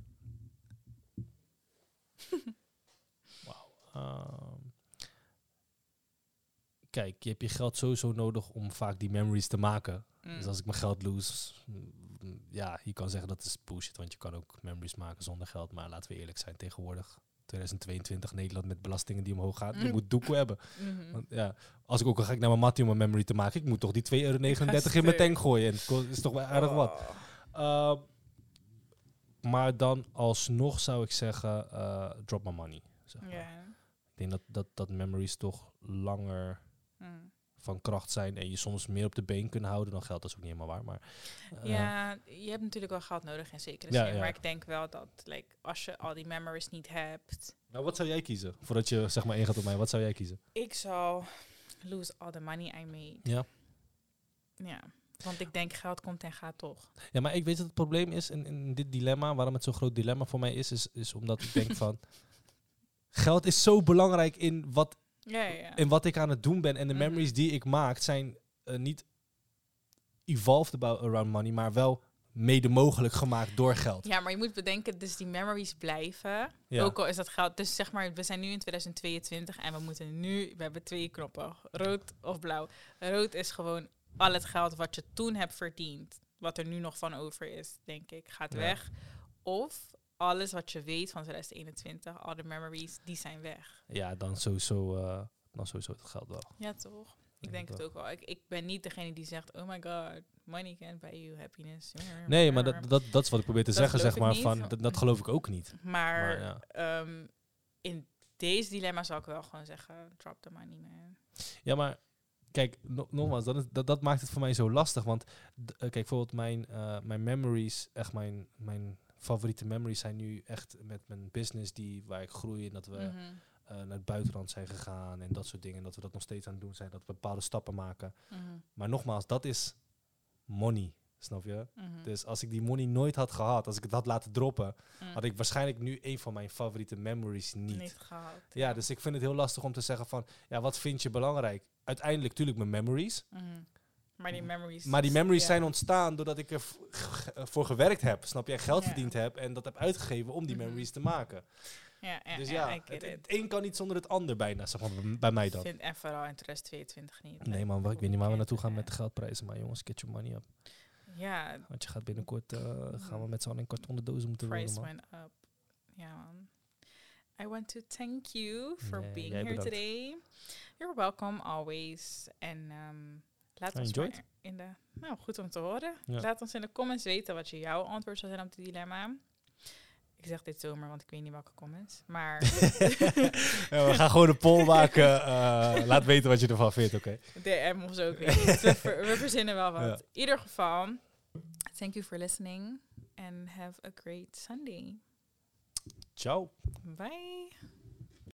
Wauw. Um, kijk, je hebt je geld sowieso nodig om vaak die memories te maken. Mm. Dus als ik mijn geld lose, mm, ja, je kan zeggen dat is bullshit, want je kan ook memories maken zonder geld. Maar laten we eerlijk zijn, tegenwoordig, twintig tweeëntwintig, Nederland met belastingen die omhoog gaan, je Mm. moet doekoe hebben. Mm-hmm. Want, ja, als ik ook al ga ik naar mijn mattie om een memory te maken, ik moet toch die twee euro negenendertig in mijn stuk. tank gooien. En het ko- is toch wel aardig wat. Oh. Uh, maar dan alsnog zou ik zeggen, uh, drop my money. Zeg maar. Ja. Ik denk dat, dat, dat memories toch langer Mm. van kracht zijn en je soms meer op de been kunnen houden dan geld. Dat is ook niet helemaal waar, maar... uh, Ja, je hebt natuurlijk wel geld nodig in zekere Ja, zin. ja. Maar ik denk wel dat like, als je al die memories niet hebt... Nou, wat zou jij kiezen? Voordat je zeg maar ingaat op mij, wat zou jij kiezen? Ik zou lose all the money I made. Ja. Ja, want ik denk geld komt en gaat toch. Ja, maar ik weet dat het probleem is in, in dit dilemma, waarom het zo'n groot dilemma voor mij is, is, is omdat ik denk van... Geld is zo belangrijk in wat, Ja, ja, ja. in wat ik aan het doen ben. En de Mhm. memories die ik maak zijn uh, niet evolved about around money, maar wel mede mogelijk gemaakt door geld. Ja, maar je moet bedenken, dus die memories blijven. Ja. Ook al is dat geld. Dus zeg maar, we zijn nu in twintig tweeëntwintig en we moeten nu... We hebben twee knoppen, rood of blauw. Rood is gewoon al het geld wat je toen hebt verdiend. Wat er nu nog van over is, denk ik, gaat Ja. weg. Of alles wat je weet van twintig eenentwintig, al de memories, die zijn weg. Ja, dan sowieso, uh, dan sowieso het geld wel. Ja, toch? Ik denk denk het wel. ook wel. Ik, ik ben niet degene die zegt, oh my god, money can't buy you happiness. Nee, maar dat, dat, dat is wat ik probeer te Dat zeggen, geloof zeg maar. ik Van, niet. dat, dat geloof ik ook niet. Maar, Maar ja. ehm, in deze dilemma zou ik wel gewoon zeggen, drop the money, man. Ja, maar kijk, no- nogmaals, dat, is, dat, dat maakt het voor mij zo lastig. Want d- uh, kijk, bijvoorbeeld mijn, uh, mijn memories, echt mijn, mijn favoriete memories zijn nu echt met mijn business die, waar ik groei en dat we Mhm, uh, naar het buitenland zijn gegaan en dat soort dingen. En dat we dat nog steeds aan het doen zijn, dat we bepaalde stappen maken. mhm, Maar nogmaals, dat is money, snap je? mhm, Dus als ik die money nooit had gehad, als ik het had laten droppen, mhm. had ik waarschijnlijk nu een van mijn favoriete memories niet. Niet gehad. Ja, dus ik vind het heel lastig om te zeggen van, ja, wat vind je belangrijk? Uiteindelijk natuurlijk mijn memories. Mhm. Maar die memories... Maar die memories ja. zijn ontstaan doordat ik er v- g- voor gewerkt heb, snap je? En geld Ja. verdiend heb en dat heb uitgegeven om die Mhm. memories te maken. Ja, ja, Dus ja, ja, I get het, it. het een kan niet zonder het ander bijna, zeg maar, b- bij mij dan. Vind, en vooral in twintig tweeëntwintig niet. Nee man, ik weet niet waar we naartoe gaan met de geldprijzen, maar jongens, get your money up. Ja, Want je gaat binnenkort, uh, gaan we met z'n allen in kartonnen dozen moeten rollen, price man. went up. Ja, man. I want to thank you for Nee, being jij here bedankt. today. You're welcome always. En um, laat I ons enjoyed. maar in de... Nou, goed om te horen. Ja. Laat ons in de comments weten wat je jouw antwoord zou zijn op het dilemma. Ik zeg dit zomaar, want ik weet niet welke comments. Maar Ja, we gaan gewoon een poll maken. Uh, laat weten wat je ervan vindt, oké? D M of zo, ik weet niet. We, ver- we verzinnen wel wat. Ja. In ieder geval, thank you for listening. And have a great Sunday. Ciao. Bye.